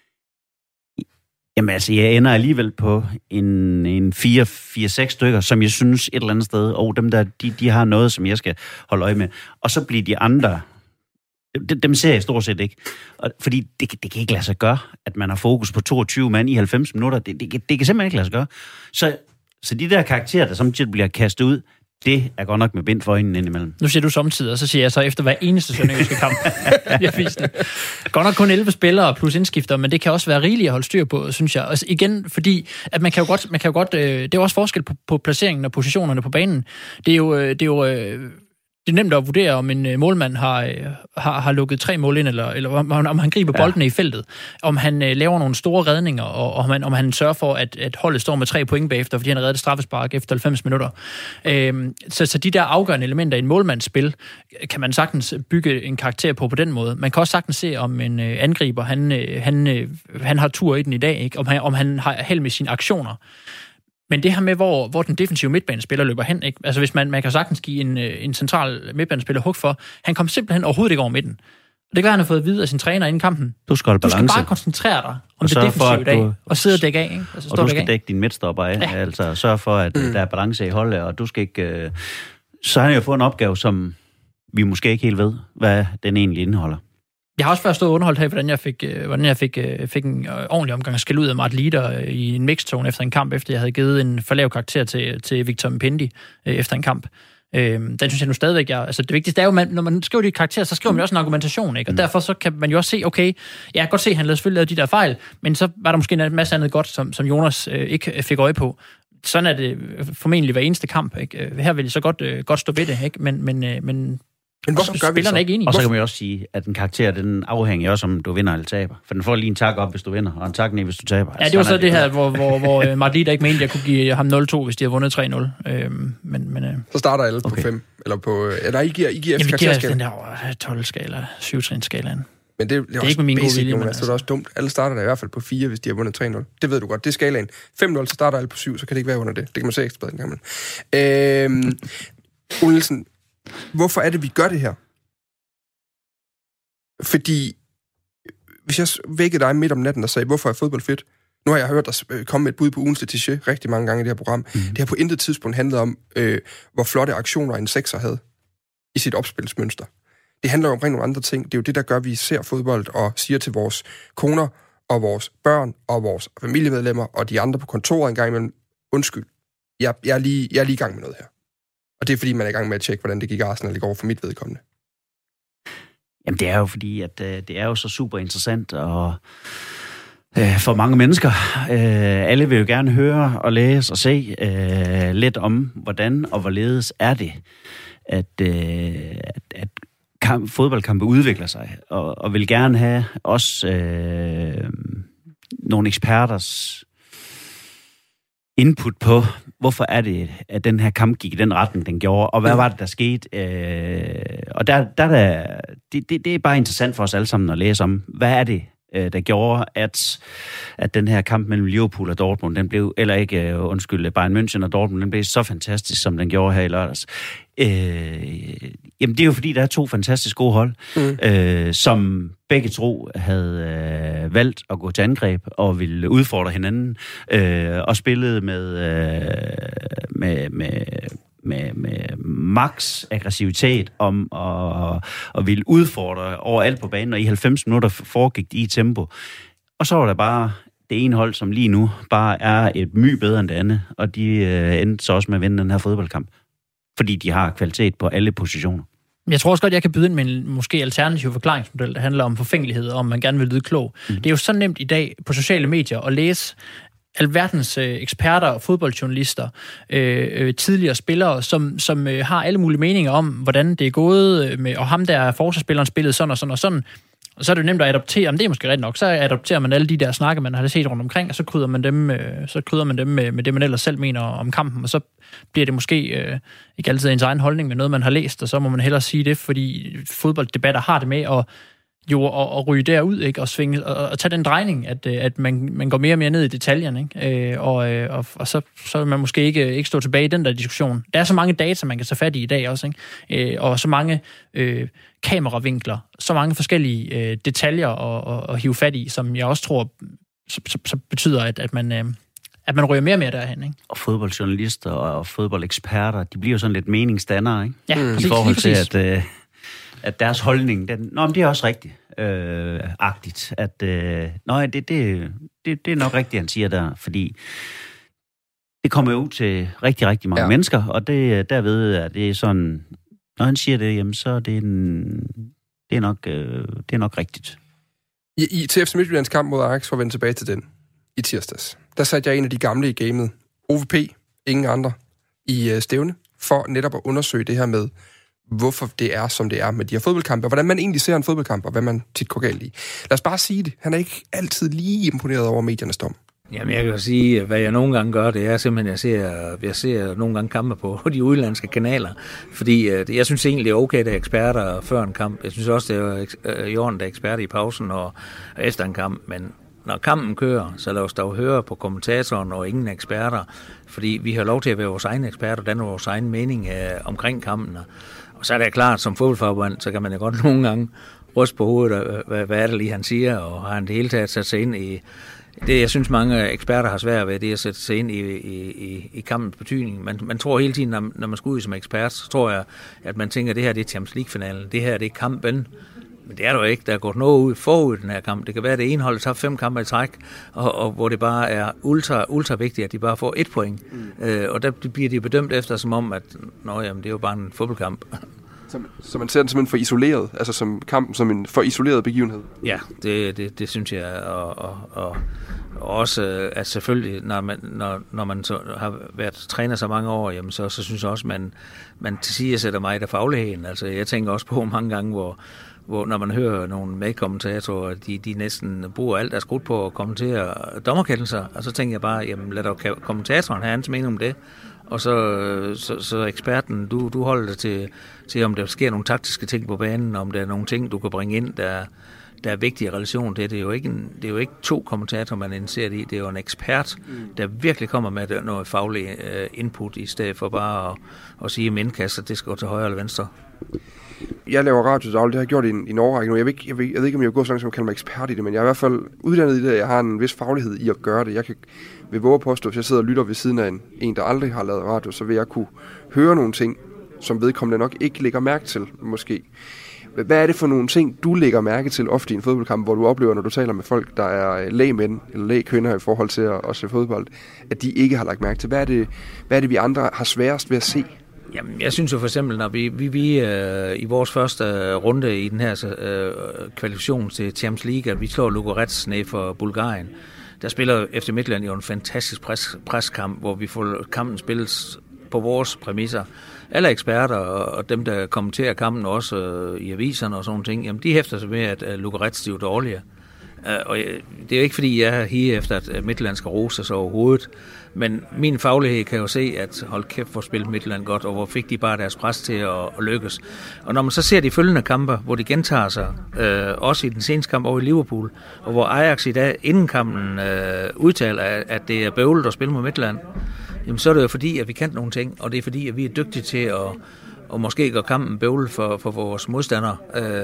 jamen altså, jeg ender alligevel på en 4-6 stykker, som jeg synes et eller andet sted, dem der, de har noget, som jeg skal holde øje med. Og så bliver de andre, dem ser jeg stort set ikke. Fordi det kan ikke lade sig gøre, at man har fokus på 22 mand i 90 minutter. Det kan simpelthen ikke lade sig gøre. Så de der karakterer, der samtidig bliver kastet ud, det er godt nok med bind for øjnene indimellem. Nu siger du samtidig, og så siger jeg så efter hver eneste sønderjyske kamp. Jeg fisker. Godt nok kun 11 spillere plus indskifter, men det kan også være rigeligt at holde styr på, synes jeg. Og igen, fordi at man kan jo godt det er også forskel på placeringen og positionerne på banen. Det er jo Det er nemt at vurdere, om en målmand har lukket 3 mål ind, eller om han griber boldene i feltet, om han laver nogle store redninger, og om han sørger for, at holdet står med 3 point bagefter, fordi han har reddet straffespark efter 90 minutter. Så de der afgørende elementer i en målmandsspil, kan man sagtens bygge en karakter på den måde. Man kan også sagtens se, om en angriber, han har tur i den i dag, ikke? Om han har held med sine aktioner. Men det her med, hvor den defensive midtbanespiller løber hen, ikke? Altså hvis man kan sagtens give en central midtbanespiller hug for, han kom simpelthen overhovedet ikke over midten. Og det kan han have fået at vide af sin træner inden kampen. Du skal bare koncentrere dig om det defensive i dag, og sidde og dække af. Ikke? Altså, og du skal dække din midtstopper af. Ja. Altså sørg for, at der er balance i holdet, og du skal ikke... Så har han jo fået en opgave, som vi måske ikke helt ved, hvad den egentlig indeholder. Jeg har også først stået underholdt her, hvordan jeg fik en ordentlig omgang skæld ud af Mart Lider i en mixtone efter en kamp, efter jeg havde givet en for lav karakter til Victor Mpendi efter en kamp. Den synes jeg nu stadigvæk, altså det vigtigste er jo, når man skriver de karakterer, så skriver man også en argumentation, ikke? Og derfor så kan man jo også se, okay, jeg kan godt se, at han selvfølgelig lavede de der fejl, men så var der måske en masse andet godt, som Jonas ikke fik øje på. Sådan er det formentlig hver eneste kamp, ikke? Her vil jeg så godt stå ved det, ikke? Men hvorfor gør vi så? Ikke enige. Og så kan man jo også sige, at en karakter, den afhænger også, om du vinder eller taber. For den får lige en tak op, hvis du vinder, og en tak ned, hvis du taber. Ja, det var så det her, hvor Mart Lider ikke mente, at jeg kunne give ham 0-2, hvis de havde vundet 3-0. Så starter alle på 5, eller på... Eller I giver efter karakterskalaen. Ja, vi giver den der 12-skala, 7-trin-skalaen. Men det er ikke med min gode vilje, men så er det også dumt. Alle starter der i hvert fald på 4, hvis de har vundet 3-0. Det ved du godt. Det er skalaen. 5-0, så starter alle på 7, så kan det ikke være under det. Det kan man se ekstra bedre en gang. Ole Nielsen, hvorfor er det, vi gør det her? Fordi, hvis jeg vækkede dig midt om natten og sagde, hvorfor er fodbold fedt? Nu har jeg hørt dig komme med et bud på ugens Letitia rigtig mange gange i det her program. Det har på intet tidspunkt handlet om, hvor flotte aktioner en sekser havde i sit opspilsmønster. Det handler jo omkring nogle andre ting. Det er jo det, der gør, at vi ser fodbold og siger til vores koner og vores børn og vores familiemedlemmer og de andre på kontoret en gang imellem, undskyld, jeg er lige i gang med noget her. Og det er, fordi man er i gang med at tjekke, hvordan det gik Arsenal i går for mit vedkommende. Jamen, det er jo fordi, at det er jo så super interessant, og for mange mennesker, alle vil jo gerne høre og læse og se lidt om, hvordan og hvorledes er det, at fodboldkampe udvikler sig, og vil gerne have også nogle eksperters input på, hvorfor er det, at den her kamp gik i den retning, den gjorde, og hvad var det, der skete? Og det er bare interessant for os alle sammen at læse om, hvad er det, der gjorde, at den her kamp mellem Liverpool og Dortmund, den blev, eller ikke, Bayern München og Dortmund, den blev så fantastisk, som den gjorde her i lørdags. Jamen, det er jo fordi, der er 2 fantastisk gode hold, som begge to havde valgt at gå til angreb og ville udfordre hinanden, og spillede med max aggressivitet om at ville udfordre overalt på banen, og i 90 minutter foregik de i tempo. Og så var der bare det ene hold, som lige nu bare er et my bedre end det andet, og de endte så også med at vinde den her fodboldkamp, fordi de har kvalitet på alle positioner. Jeg tror også godt, jeg kan byde ind med en måske alternativ forklaringsmodel, der handler om forfængelighed, og om man gerne vil lyde klog. Det er jo så nemt i dag på sociale medier at læse alverdens eksperter og fodboldjournalister, tidligere spillere, som har alle mulige meninger om, hvordan det er gået med, og ham der forsvarsspilleren spillede sådan og sådan og sådan. Og så er det jo nemt at adoptere, men det er måske rigtigt nok, så adopterer man alle de der snakke, man har set rundt omkring, og så krydder man dem med det, man ellers selv mener om kampen, og så bliver det måske ikke altid ens egen holdning med noget, man har læst, og så må man hellere sige det, fordi fodbolddebatter har det med at ryge derud, ikke? Og svinge og tage den drejning, at man går mere og mere ned i detaljerne, ikke? Og så vil man måske ikke stå tilbage i den der diskussion. Der er så mange data, man kan tage fat i dag også, ikke? Og så mange kameravinkler, så mange forskellige detaljer at hive fat i, som jeg også tror så betyder, at man ryger mere og mere derhen, ikke? Og fodboldjournalister og fodboldeksperter, de bliver jo sådan lidt meningsdannere, ikke? Ja, i forhold til, at deres holdning, det er også rigtigt, agtigt, at det er nok rigtigt, han siger der, fordi det kommer jo ud til rigtig, rigtig mange mennesker, og det derved er det sådan, når han siger det, jamen, så er det er nok rigtigt. Til FC Midtjyllands kamp mod Ajax, for at vende tilbage til den i tirsdags, der satte jeg en af de gamle i gamet, OVP, ingen andre, i stævne, for netop at undersøge det her med, hvorfor det er, som det er med de her fodboldkampe, og hvordan man egentlig ser en fodboldkamp, og hvad man tit går galt i. Lad os bare sige det. Han er ikke altid lige imponeret over mediernes dom. Jamen, jeg kan sige, hvad jeg nogle gange gør, det er simpelthen, jeg ser nogle gange kampe på de udenlandske kanaler, fordi jeg synes egentlig, det er okay, at der er eksperter før en kamp. Jeg synes også, det er i orden, der er eksperter i pausen og efter en kamp, men når kampen kører, så lad os dog høre på kommentatoren og ingen eksperter, fordi vi har lov til at være vores egne eksperter, den er vores egen mening omkring kampen. Og så er det klart, som fodboldforbund, så kan man jo godt nogle gange ryste på hovedet, hvad er det lige, han siger, og har han det hele taget sat sig ind i det. Jeg synes, mange eksperter har svært ved, det at sætte sig ind i kampens betydning. Man tror hele tiden, når man skal ud som ekspert, så tror jeg, at man tænker, at det her det er Champions League-finalen, det her det er kampen. Men det er der jo ikke. Der er gået noget ud forud den her kamp. Det kan være, at det ene hold tager 5 kampe i træk, og hvor det bare er ultra vigtigt, at de bare får 1 point. Og der bliver de bedømt efter, som om, at det er jo bare en fodboldkamp. Så man ser den simpelthen for isoleret, altså som kampen som en for isoleret begivenhed? Ja, det synes jeg, og også, at selvfølgelig, når man så har været træner så mange år, jamen så synes jeg også, man til sige sætter mig der fagligheden. Altså, jeg tænker også på mange gange, hvor når man hører nogle medkommentatorer, de næsten bruger alt deres krudt på at kommentere dommerkendelser, og så tænker jeg bare, jamen lad dog kommentatoren have hans mening om det, og så eksperten, du holder det til, om der sker nogle taktiske ting på banen, om der er nogle ting, du kan bringe ind, der er vigtige i relation til det. Det er jo ikke 2 kommentatorer, man indser det i. Det er jo en ekspert, der virkelig kommer med noget faglig input, i stedet for bare at sige, at indkastet, det skal gå til højre eller venstre. Jeg laver radio dagligt, det har jeg gjort i en årrække nu. Jeg ved ikke, om jeg vil gå så langt, som jeg kalder mig ekspert i det, men jeg er i hvert fald uddannet i det, jeg har en vis faglighed i at gøre det. Jeg vil våge påstå, hvis jeg sidder og lytter ved siden af en, der aldrig har lavet radio, så vil jeg kunne høre nogle ting, som vedkommende nok ikke lægger mærke til, måske. Hvad er det for nogle ting, du lægger mærke til ofte i en fodboldkamp, hvor du oplever, når du taler med folk, der er lægmænd eller lægkvinder i forhold til at se fodbold, at de ikke har lagt mærke til? Hvad er det vi andre har sværest ved at se? Jamen, jeg synes jo for eksempel, når vi i vores første runde i den her kvalifikation til Champions League, at vi slår Ludogorets ned for Bulgarien, der spiller FC Midtjylland jo en fantastisk preskamp, hvor vi får kampen spillet på vores præmisser. Alle eksperter og dem, der kommenterer kampen også i aviserne og sådan ting, jamen de hæfter sig med, at Ludogorets er jo dårligere. Og det er jo ikke, fordi jeg er her efter, at Midtjylland skal rose sig overhovedet, men min faglighed kan jo se, at hold kæft, hvor spillet Midtjylland godt, og hvor fik de bare deres pres til at lykkes. Og når man så ser de følgende kampe, hvor de gentager sig, også i den seneste kamp over i Liverpool, og hvor Ajax i dag inden kampen udtaler, at det er bøvlet at spille mod Midtjylland, jamen så er det jo fordi, at vi kan nogle ting, og det er fordi, at vi er dygtige til og måske gøre kampen bøvlet for vores modstandere.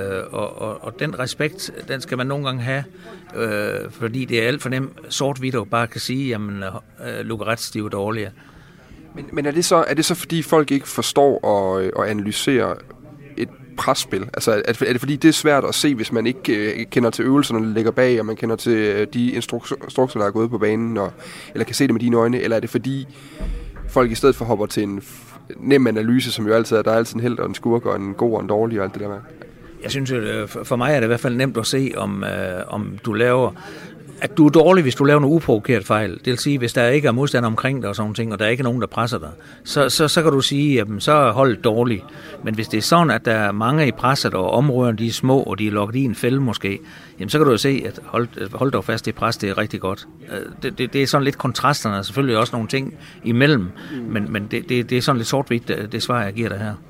Og den respekt, den skal man nogle gange have, fordi det er alt for nemt sort-hvidt og bare kan sige, jamen Ludogorets, de er jo dårligere. Men er det så fordi folk ikke forstår at analysere et presspil? Altså er det fordi, det er svært at se, hvis man ikke kender til øvelserne, der ligger bag, og man kender til de instrukser, der er gået på banen, eller kan se det med dine øjne, eller er det fordi folk i stedet for hopper til en nem analyse, som jo altid er, der er altid en helt og en skurk og en god og en dårlig og alt det der med? Jeg synes jo, for mig er det i hvert fald nemt at se, om du laver, at du er dårlig, hvis du laver nogle uprovokeret fejl. Det vil sige, hvis der ikke er modstander omkring dig og sådan ting, og der er ikke nogen, der presser dig, så kan du sige, jamen, så er holdet dårligt. Men hvis det er sådan, at der er mange i presset, og områderne de er små, og de er lukket i en fælde måske, jamen, så kan du jo se, at hold dog fast, det pres, det er rigtig godt. Det er sådan lidt kontrasterne, og selvfølgelig også nogle ting imellem, men det er sådan lidt sort-hvidt, det svar, jeg giver dig her.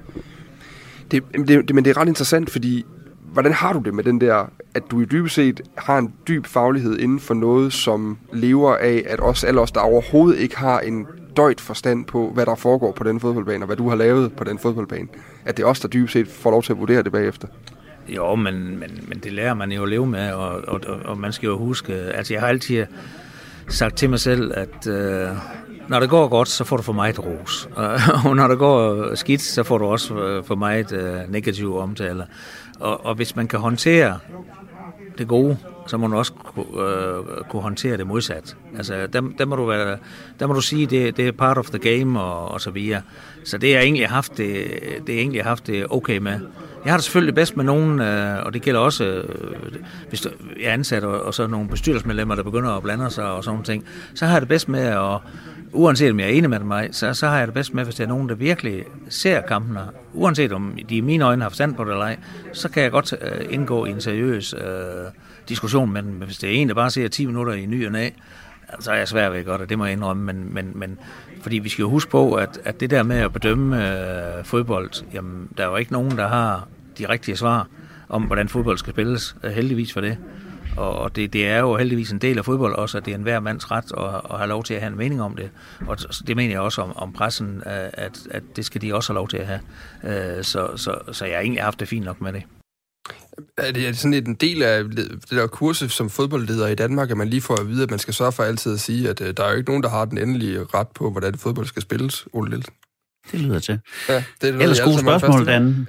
Men det er ret interessant, fordi hvordan har du det med den der, at du i dybest set har en dyb faglighed inden for noget, som lever af, at alle os, der overhovedet ikke har en døjt forstand på, hvad der foregår på den fodboldbane, og hvad du har lavet på den fodboldbane, at det er os, der dybest set får lov til at vurdere det bagefter? Jo, men det lærer man jo at leve med, og man skal jo huske, altså jeg har altid sagt til mig selv, at når det går godt, så får du for meget ros, og når det går skidt, så får du også for meget negative omtaler. Og hvis man kan håndtere det gode, så må du også kunne håndtere det modsat. Altså, der må du sige, det er part of the game og så videre. Så det har jeg egentlig haft det okay med. Jeg har det selvfølgelig bedst med nogen, og det gælder også, hvis du er ansat og så nogle bestyrelsesmedlemmer, der begynder at blande sig og sådan ting, så har jeg det bedst med uanset om jeg er enig med mig, så har jeg det bedst med, hvis der er nogen, der virkelig ser kampene. Uanset om de i mine øjne har forstand på det eller ej, så kan jeg godt indgå i en seriøs diskussion, men hvis det er en, der bare ser 10 minutter i ny og næ, så er jeg svært ved godt, og det må jeg indrømme, men fordi vi skal jo huske på, at det der med at bedømme fodbold, jamen, der er jo ikke nogen, der har de rigtige svar om, hvordan fodbold skal spilles, heldigvis for det. Og det er jo heldigvis en del af fodbold også, at det er enhver mands ret at have lov til at have en mening om det. Og det mener jeg også om pressen, at det skal de også have lov til at have. Så jeg har egentlig haft det fint nok med det. Er det sådan en del af det der kursus som fodboldleder i Danmark, at man lige får at vide, at man skal sørge for altid at sige, at der er jo ikke nogen, der har den endelige ret på, hvordan fodbold skal spilles, Ole Nielsen? Det lyder til. Ja, det er det, ellers gode spørgsmål, Dan,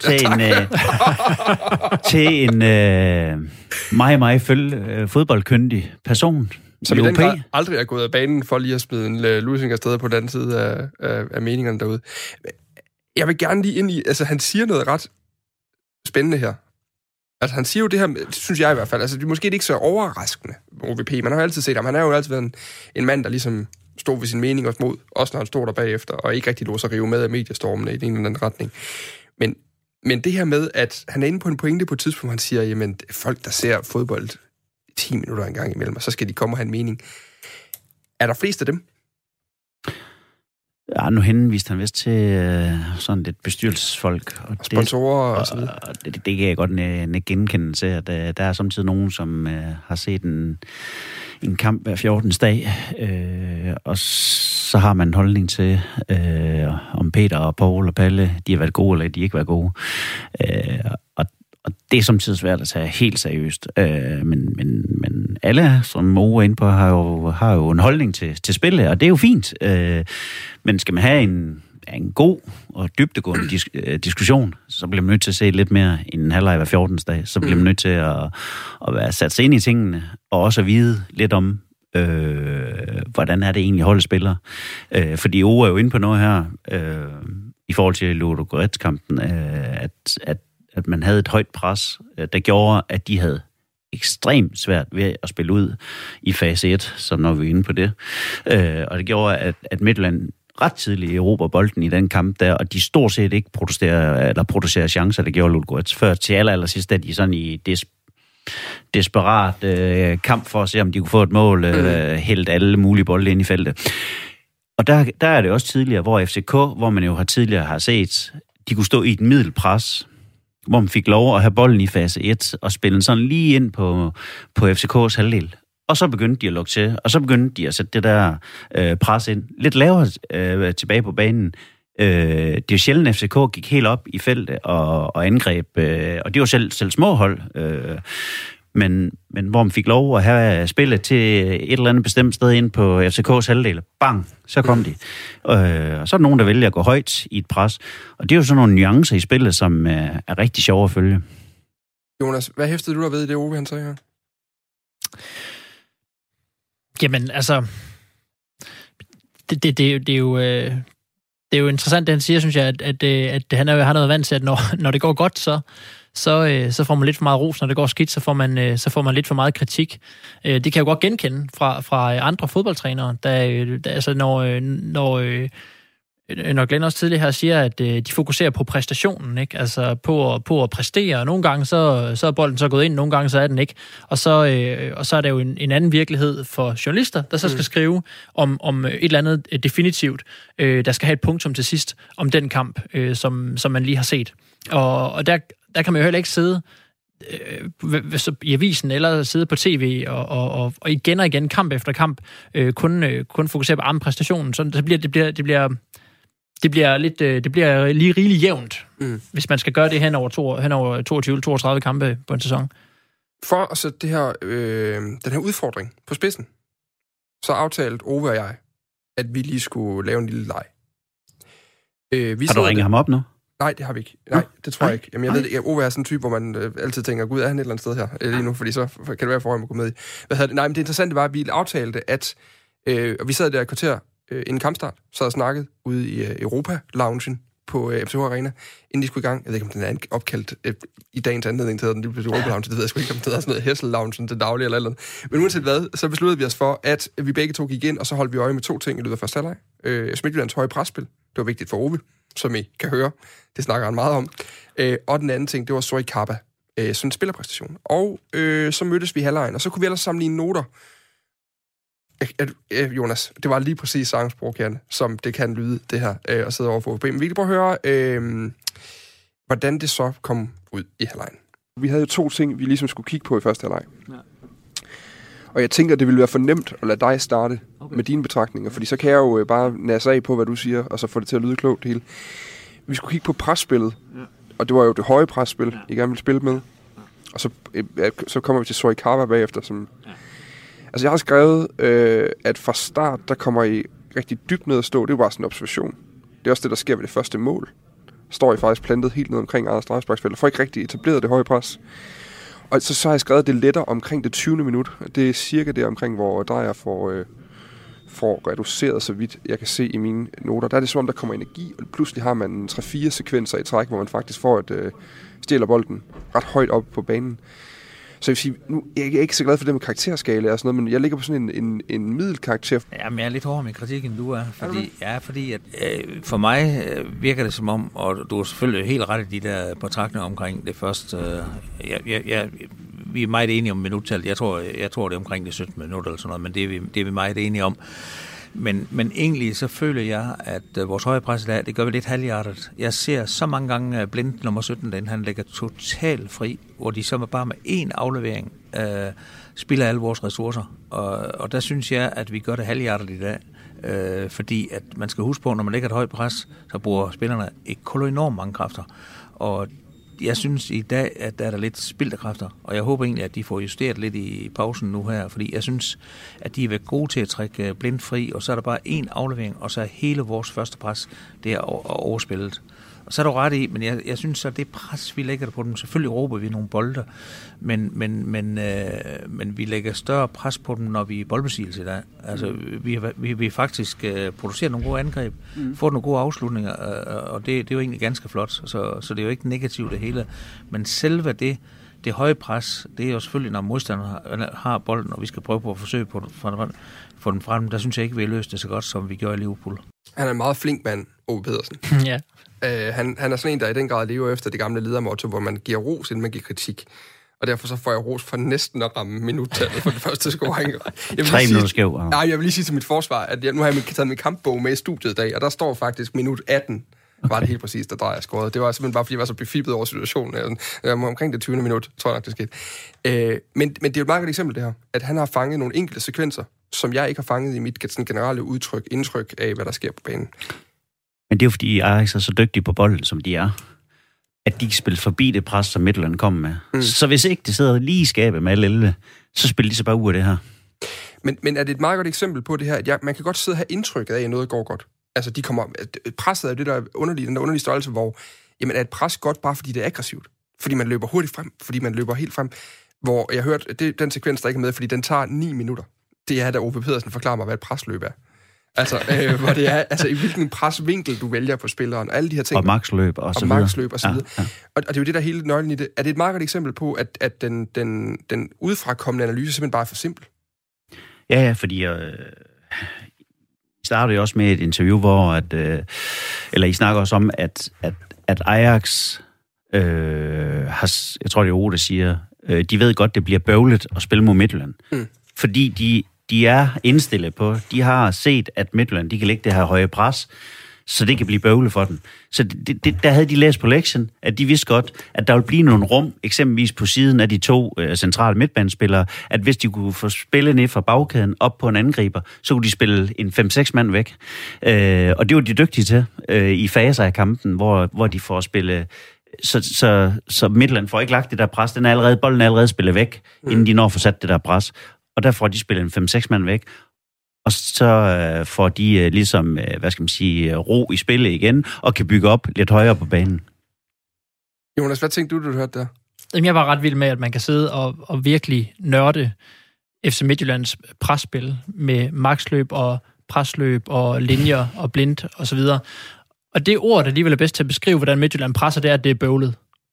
til en meget fodboldkyndig person. Som i den grad aldrig er gået af banen for lige at smide en losing afsted på den anden side af meningerne derude. Jeg vil gerne lige ind i, altså han siger noget ret spændende her. Altså han siger jo det her, synes jeg i hvert fald, altså det er måske ikke så overraskende, OVP. Man har jo altid set ham, han har jo altid været en mand, der ligesom stod ved sin mening og mod, også når han stod der bagefter, og ikke rigtig lå sig rive med af mediestormene i den eller anden retning. Men det her med, at han er inde på en pointe på et tidspunkt, hvor han siger, jamen folk, der ser fodbold 10 minutter en gang imellem, og så skal de komme og have en mening. Er der flest af dem? Ja, nu henviste han vist til sådan lidt bestyrelsesfolk. Og sponsorer og så videre. Det kan jeg godt genkende til, at der er samtidig nogen, som har set en kamp hver 14. dag, og så har man en holdning til, om Peter og Paul og Palle, de har været gode, eller de ikke været gode. Og det er samtidig svært at tage helt seriøst. Men alle, som Ove er inde på, har jo en holdning til spillet, og det er jo fint. Men skal man have en god og dybdegående diskussion, så bliver man nødt til at se lidt mere end en halvleg hver 14. dag. Så bliver man nødt til at være sat sig ind i tingene, og også at vide lidt om, hvordan er det egentlig holdet spiller. Fordi Ove er jo inde på noget her, i forhold til Ludogorets-kampen, at man havde et højt pres, der gjorde, at de havde ekstremt svært ved at spille ud i fase 1, så når vi er inde på det. Og det gjorde, at Midtjylland ret tidligt erobrer bolden i den kamp der, og de stort set ikke producerer chancer, det gjorde Ludogorets, før til allersidst, at de sådan i desperat kamp for at se, om de kunne få et mål, hældt alle mulige bolde ind i feltet. Og der er det også tidligere, hvor FCK, hvor man jo tidligere har set, de kunne stå i et middelpres, hvor man fik lov at have bolden i fase 1 og spille sådan lige ind på FCK's halvdel. Og så begyndte de at lukke til, og så begyndte de at sætte det der pres ind lidt lavere tilbage på banen. Det er jo sjældent, at FCK gik helt op i feltet og angreb, og det var selv små hold. Men hvor man fik lov at have spillet til et eller andet bestemt sted ind på FCK's halvdel. Bang! Så kom de. Og så er der nogen, der vælger at gå højt i et pres. Og det er jo sådan nogle nuancer i spillet, som er rigtig sjove at følge. Jonas, hvad hæftede du der ved i det, Ove, han sagde her? Jamen, altså... Det er jo interessant, det han siger, synes jeg, at han har noget vant til, at når det går godt, så får man lidt for meget ros. Når det går skidt, så får man lidt for meget kritik. Det kan jeg jo godt genkende fra andre fodboldtrænere, altså når Glenn også tidligere her siger, at de fokuserer på præstationen, ikke? Altså på at præstere, og nogle gange så er bolden så gået ind, nogle gange så er den ikke. Og så er der jo en anden virkelighed for journalister, der så skal skrive om et eller andet definitivt, der skal have et punktum til sidst om den kamp, som man lige har set. Og der kan man jo heller ikke sidde i avisen eller sidde på tv og igen og igen, kamp efter kamp, kun fokusere på præstationen. Så det bliver lige rigeligt jævnt, hvis man skal gøre det hen over 22-32 kampe på en sæson. For at sætte det her, den her udfordring på spidsen, så aftalte Ove og jeg, at vi lige skulle lave en lille leg. Har du ringet ham op nu? Nej, det har vi ikke. Nej, det tror jeg ikke. Jamen, jeg ved ikke, Ove er sådan en type, hvor man altid tænker, gud, er han et eller andet sted her lige nu? Fordi så kan det være, for at gå med i. Nej, men det interessante var, at vi aftalte, at vi sad der i kvarter inden kampstart, sad og snakkede ude i Europa-loungen på MCH Arena, inden de skulle i gang. Jeg ved ikke, om den er opkaldt i dagens anledning til den lige pludselig Europa Lounge. Det ved jeg sgu ikke, om det hedder sådan noget Hessel Lounge til daglig eller andet. Men uanset hvad, så besluttede vi os for, at vi begge to gik ind, og så holdt vi øje med 2 ting i løbet af første halvleg. Midtjyllands høje presspil. Det var vigtigt for Ove, som I kan høre. Det snakker han meget om. Og den anden ting, det var Zoe Kappa. Sådan en spillerpræstation. Og så mødtes vi i halvlejen, og så kunne vi ellers sammenligne noter. Jonas, det var lige præcis sangsprogkerne, som det kan lyde, det her, at sidde over for OB. Men vi kan prøve at høre, hvordan det så kom ud i halvlejen. Vi havde jo 2 ting, vi ligesom skulle kigge på i første halvleg. Ja. Og jeg tænker, at det ville være for nemt at lade dig starte med dine betragtninger, fordi så kan jeg jo bare nasse af på, hvad du siger, og så få det til at lyde klogt det hele. Vi skulle kigge på presspillet, og det var jo det høje presspil, I gerne ville spille med. Og så kommer vi til Zoe Kappa bagefter, som... Altså, jeg har skrevet, at fra start, der kommer I rigtig dybt ned at stå. Det er jo bare sådan en observation. Det er også det, der sker ved det første mål. Står I faktisk plantet helt ned omkring eget strafsparksfelt, og får ikke rigtig etableret det høje pres. Og så har jeg skrevet, at det letter omkring det 20. minut. Det er cirka det omkring, hvor Drejer får reduceret, så vidt jeg kan se i mine noter. Der er det som om, der kommer energi, og pludselig har man 3-4 sekvenser i træk, hvor man faktisk får stjæler bolden ret højt op på banen. Så jeg vil sige, nu jeg er ikke så glad for det med karakterskala og sådan noget, men jeg ligger på sådan en middelkarakter. Ja, men jeg er lidt hårdere med kritik, end du er. Fordi at, for mig virker det som om, og du er selvfølgelig helt ret i de der betragtninger omkring det første. Vi er meget enige om minuttallet. Jeg tror, det er omkring det 17 minutter eller sådan noget, men det er vi meget enige om. Men egentlig så føler jeg, at vores høje pres i dag, det gør vi lidt halvhjertet. Jeg ser så mange gange Blind nummer 17, den han ligger totalt fri, hvor de så bare med én aflevering spiller alle vores ressourcer. Og der synes jeg, at vi gør det halvhjertet i dag. Fordi at man skal huske på, når man lægger et højt pres, så bruger spillerne enormt mange kræfter. Og jeg synes i dag, at der er lidt spildte kræfter, og jeg håber egentlig, at de får justeret lidt i pausen nu her, fordi jeg synes, at de er været gode til at trække Blind fri, og så er der bare én aflevering, og så er hele vores første pres, det er overspillet. Og så er du ret i, men jeg synes, at det pres, vi lægger på dem, selvfølgelig råber vi nogle bolde, men vi lægger større pres på dem, når vi er i boldbesiddelse i dag. Altså, vi faktisk producerer nogle gode angreb, får nogle gode afslutninger, og det er jo egentlig ganske flot, så det er jo ikke negativt det hele. Men selve det høje pres, det er jo selvfølgelig, når modstanderen har bolden, og vi skal prøve på at forsøge på at få den frem. Der synes jeg ikke, vi har løst det så godt, som vi gjorde i Liverpool. Han er en meget flink mand, Ove Pedersen. Ja. Han er sådan en, der i den grad lever efter det gamle ledermotto, hvor man giver ros, inden man giver kritik. Og derfor så får jeg ros for næsten at ramme minuttallet for det første scoring. 3 minutter skæv. Nej, jeg vil lige sige til mit forsvar, at nu har jeg taget min kampbog med i studiet i dag, og der står faktisk minut 18, var det helt præcis, der Drejer scorede. Det var simpelthen bare, fordi jeg var så befippet over situationen. Omkring det 20. minut, tror jeg nok, det skete. Men det er jo et meget godt eksempel, det her, at han har fanget nogle enkelte sekvenser, som jeg ikke har fanget i mit sådan generelle indtryk af, hvad der sker på banen. Men det er jo fordi, Ajax er så dygtige på bolden, som de er, at de kan spille forbi det pres, som Midtjylland kommer med. Så hvis ikke det sidder lige i skabet med alle 11, så spiller de så bare ud af det her. Men er det et meget godt eksempel på det her, at man kan godt sidde og have indtrykket af, at noget går godt. Altså, presset er jo det, der er underligt, den der underlige størrelse, hvor jamen, er et pres godt bare fordi det er aggressivt? Fordi man løber hurtigt frem, fordi man løber helt frem. Hvor jeg hørte, det er den sekvens, der ikke er med, fordi den tager 9 minutter. Det er, da Ove Pedersen forklarer mig, hvad et presløb er. Altså, hvor det er, altså i hvilken presvinkel du vælger på spilleren, og alle de her ting. Og maksløb og så videre. Ja. Og det er jo det, der hele nøglen i det. Er det et meget godt eksempel på, at den udefrakommende analyse simpelthen bare er for simpel? Ja, fordi I startede jo også med et interview, hvor eller I snakker også om, at Ajax har, jeg tror det er Ove, der siger, de ved godt, det bliver bøvlet at spille mod Midtjylland. Fordi de er indstillet på, de har set, at Midtjylland, de kan lægge det her høje pres, så det kan blive bøvlet for dem. Så der havde de læst på lektion, at de vidste godt, at der ville blive nogle rum, eksempelvis på siden af de 2 centrale midtbanespillere, at hvis de kunne få spillet ned fra bagkæden op på en angriber, så kunne de spille en 5-6 mand væk. Og det var de dygtige til i faser af kampen, hvor de får spillet. Så Midtjylland får ikke lagt det der pres. Bolden er allerede spillet væk, inden de når at få sat det der pres. Og der får de spillet en 5-6 mand væk. Og så får de ligesom, ro i spillet igen, og kan bygge op lidt højere på banen. Jonas, hvad tænkte du hørte der? Jamen, jeg var ret vild med, at man kan sidde og virkelig nørde FC Midtjyllands presspil med maksløb og presløb og linjer og Blind og så videre. Og det ord, der alligevel er bedst til at beskrive, hvordan Midtjylland presser, det er, at det er bøvlet.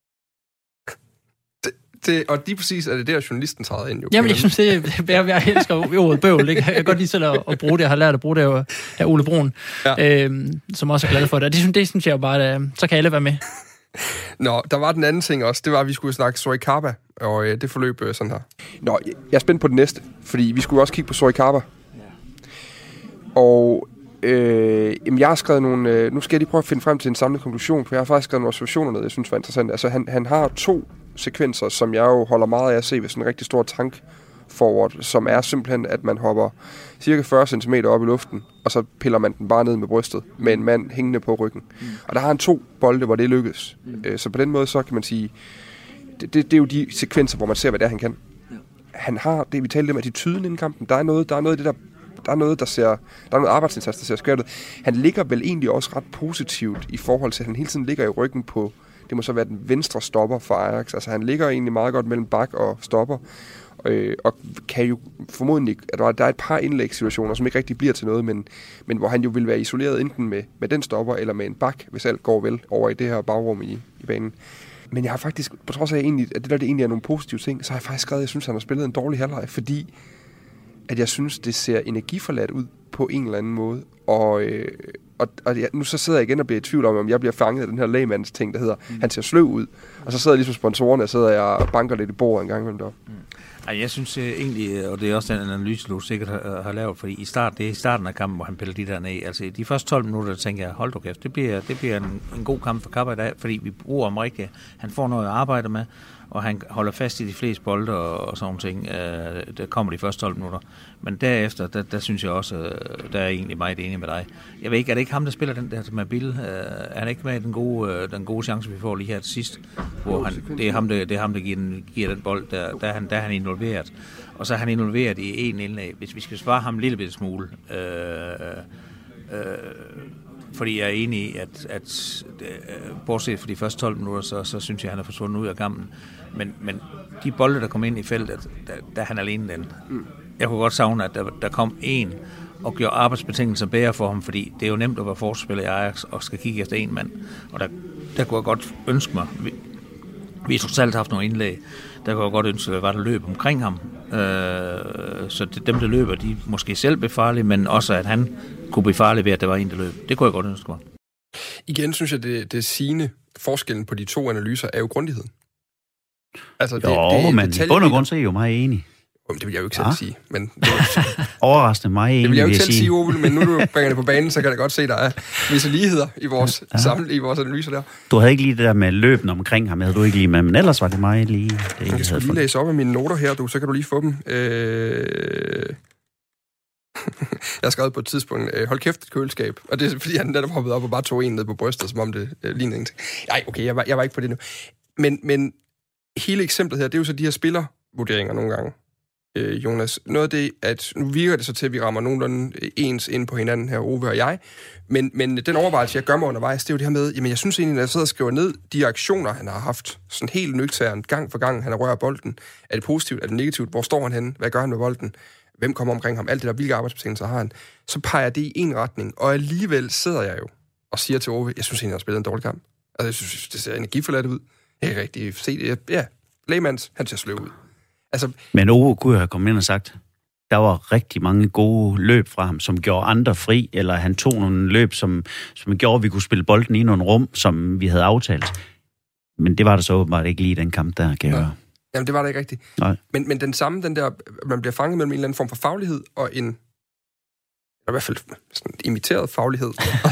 Og lige præcis er det der, journalisten træder ind. Jo. Jamen, jeg synes, jeg elsker ordet bøvl. Ikke? Jeg kan godt lige selv at bruge det. Jeg har lært at bruge det af Ole Brun, som også er glad for det. Det synes jeg jo bare, så kan alle være med. Nå, der var den anden ting også. Det var, at vi skulle snakke Sorocaba, og det forløb sådan her. Nå, jeg er spændt på det næste, fordi vi skulle også kigge på Sorocaba. Og jeg har skrevet nogle... nu skal jeg lige prøve at finde frem til en samlet konklusion, for jeg har faktisk skrevet nogle observationer ned, jeg synes var interessant. Altså, han har 2 sekvenser, som jeg jo holder meget af at se ved sådan en rigtig stor tank forward, som er simpelthen, at man hopper cirka 40 cm op i luften, og så piller man den bare ned med brystet, med en mand hængende på ryggen. Og der har han 2 bolde, hvor det lykkes. Så på den måde, så kan man sige, det er jo de sekvenser, hvor man ser, hvad det er, han kan. Han har, det vi talte om, attituden inden kampen. Der er noget i det der. Der er noget arbejdsindsats, der ser skært ud. Han ligger vel egentlig også ret positivt i forhold til, at han hele tiden ligger i ryggen på, det må så være den venstre stopper for Ajax. Altså han ligger egentlig meget godt mellem bak og stopper, og kan jo formodentlig, at der er et par indlægssituationer, som ikke rigtig bliver til noget, men hvor han jo vil være isoleret enten med den stopper, eller med en bak, hvis alt går vel over i det her bagrum i banen. Men jeg har faktisk, på trods af at det egentlig er nogle positive ting, så har jeg faktisk skrevet, at jeg synes, han har spillet en dårlig halvleg, fordi at jeg synes, det ser energiforladt ud på en eller anden måde. Og nu så sidder jeg igen og bliver i tvivl om jeg bliver fanget af den her lægmands ting, der hedder, han ser sløv ud. Og så sidder jeg ligesom sponsorerne, og sidder jeg og banker lidt i bordet en gang imellem deroppe. Ej, jeg synes egentlig, og det er også den analyse, du sikkert har lavet, fordi det er i starten af kampen, hvor han piller de der ned. Altså de første 12 minutter, der tænker jeg, hold du kæft, det bliver en god kamp for Kappa i dag, fordi vi bruger ham rigtigt. Han får noget at arbejde med, og han holder fast i de fleste bolde og sådan nogle ting. Der kommer de første 12 minutter. Men derefter, der synes jeg også, der er jeg egentlig meget enig med dig. Jeg ved ikke, er det ikke ham, der spiller den der med Bill? Er han ikke med i den gode chance, vi får lige her til sidst? Hvor det er ham, der giver den bold, der er han involveret. Og så er han involveret i en indlæg. Hvis vi skal svare ham en lille smule, fordi jeg er enig i, at bortset fra de første 12 minutter, så synes jeg, at han er forsvundet ud af kampen. Men de bolde, der kom ind i feltet, der er han alene den. Jeg kunne godt savne, at der kom en og gjorde arbejdsbetingelser bedre for ham, fordi det er jo nemt at være forsvarsspiller i Ajax og skal kigge efter en mand. Og der kunne jeg godt ønske mig, vi har totalt haft nogle indlæg, der kunne jeg godt ønske, at der var der løb omkring ham. Så dem, der løber, de måske selv blev farlige, men også at han kunne blive farlig ved, at der var en, der løb. Det kunne jeg godt ønske mig. Igen synes jeg, det sigende forskellen på de 2 analyser er jo grundigheden. Altså, men i bund og grund så er jeg jo meget enig. Det vil jeg jo ikke selv sige. Men overraskende meget enig, det vil jeg jo ikke selv sige, Ove, men nu du bringer det på banen, så kan jeg godt se, at der er visse ligheder i vores analyser der. Du havde ikke lige det der med løben omkring ham, havde du ikke lige med, men ellers var det meget lige. Jeg skal lige læse op af mine noter her, så kan du lige få dem. Jeg har skrevet på et tidspunkt, hold kæft et køleskab. Og det er fordi, han netop hoppede op og bare tog en ned på brystet, som om det lignede ingenting. Nej, okay, jeg var ikke på det nu. Men hele eksemplet her, det er jo så de her spillervurderinger nogle gange. Jonas, noget af det, at nu virker det så til, at vi rammer nogenlunde ens ind på hinanden her, Ove og jeg, men den overvejelse, jeg gør mig undervejs, det er jo det her med, jamen jeg synes egentlig, når jeg sidder og skriver ned de aktioner, han har haft, sådan helt nøgternt, gang for gang, han har rørt bolden, er det positivt, er det negativt, hvor står han henne, hvad gør han med bolden, hvem kommer omkring ham, alt det der, hvilke arbejdsbetingelser har han, så peger det i en retning, og alligevel sidder jeg jo og siger til Ove, jeg synes egentlig, han har spillet en dårlig kamp. Altså, jeg synes, det ser energiforladt ud. Jeg kan rigtig se det. Ja, Lægmands, han ser sløv ud. Altså, men Ove kunne have kommet ind og sagt, der var rigtig mange gode løb fra ham, som gjorde andre fri, eller han tog nogle løb, som gjorde, at vi kunne spille bolden i nogle rum, som vi havde aftalt. Men det var der så åbenbart ikke lige i den kamp, der kan høre. Jamen, det var der ikke rigtigt. Nej. Men den samme, den der, man bliver fanget mellem en eller anden form for faglighed, og en, i hvert fald sådan imiteret faglighed,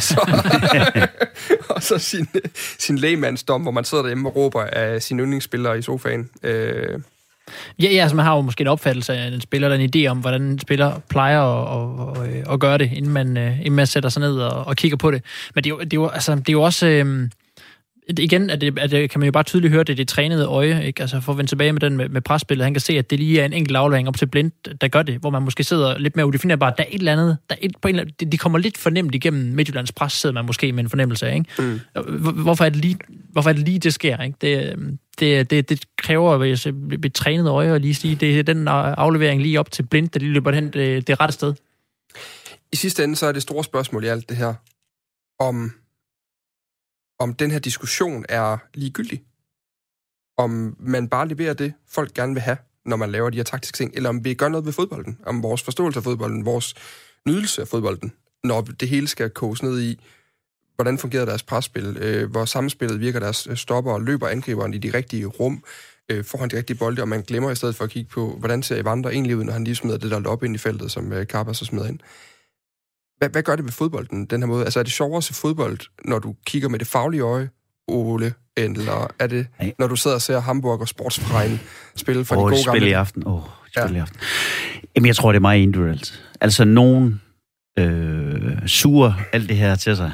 og så sin lægmandsdom, hvor man sidder derhjemme og råber af sine yndlingsspillere i sofaen. Ja, altså man har jo måske en opfattelse af en spiller, der en idé om, hvordan en spiller plejer at gøre det, inden man sætter sig ned og kigger på det. Men det er jo også... Igen, at det kan man jo bare tydeligt høre, det trænede øje, ikke? Altså for at vende tilbage med den med presspillet, han kan se, at det lige er en enkelt aflevering op til Blind, der gør det, hvor man måske sidder lidt mere udefinerbart. Der er et eller andet, de kommer lidt fornemt igennem Midtjyllands pres, sidder man måske med en fornemmelse af, ikke? Hvorfor er det lige, det sker, ikke? Det kræver ved trænet øje at lige sige, det er den aflevering lige op til Blind, der lige løber hen det rette sted. I sidste ende, så er det store spørgsmål i alt det her, om om den her diskussion er ligegyldig. Om man bare leverer det, folk gerne vil have, når man laver de her taktiske ting, eller om vi gør noget ved fodbolden, om vores forståelse af fodbolden, vores nydelse af fodbolden, når det hele skal koges ned i, hvordan fungerer deres presspil, hvor samspillet virker deres stopper og løber angriberen i de rigtige rum, foran de rigtige bolde, og man glemmer i stedet for at kigge på, hvordan ser Evander egentlig ud, når han lige smider det der lop ind i feltet, som Karpas så smider ind. Hvad gør det ved fodbolden, den her måde? Altså er det sjovere at se fodbold, når du kigger med det faglige øje, Ole, eller er det, når du sidder og ser Hamburg og Sportsverein spille for de gode gamle? Spil i aften. Spil i aften. Jamen, jeg tror, det er meget individuelt. Altså, nogen suger alt det her til sig,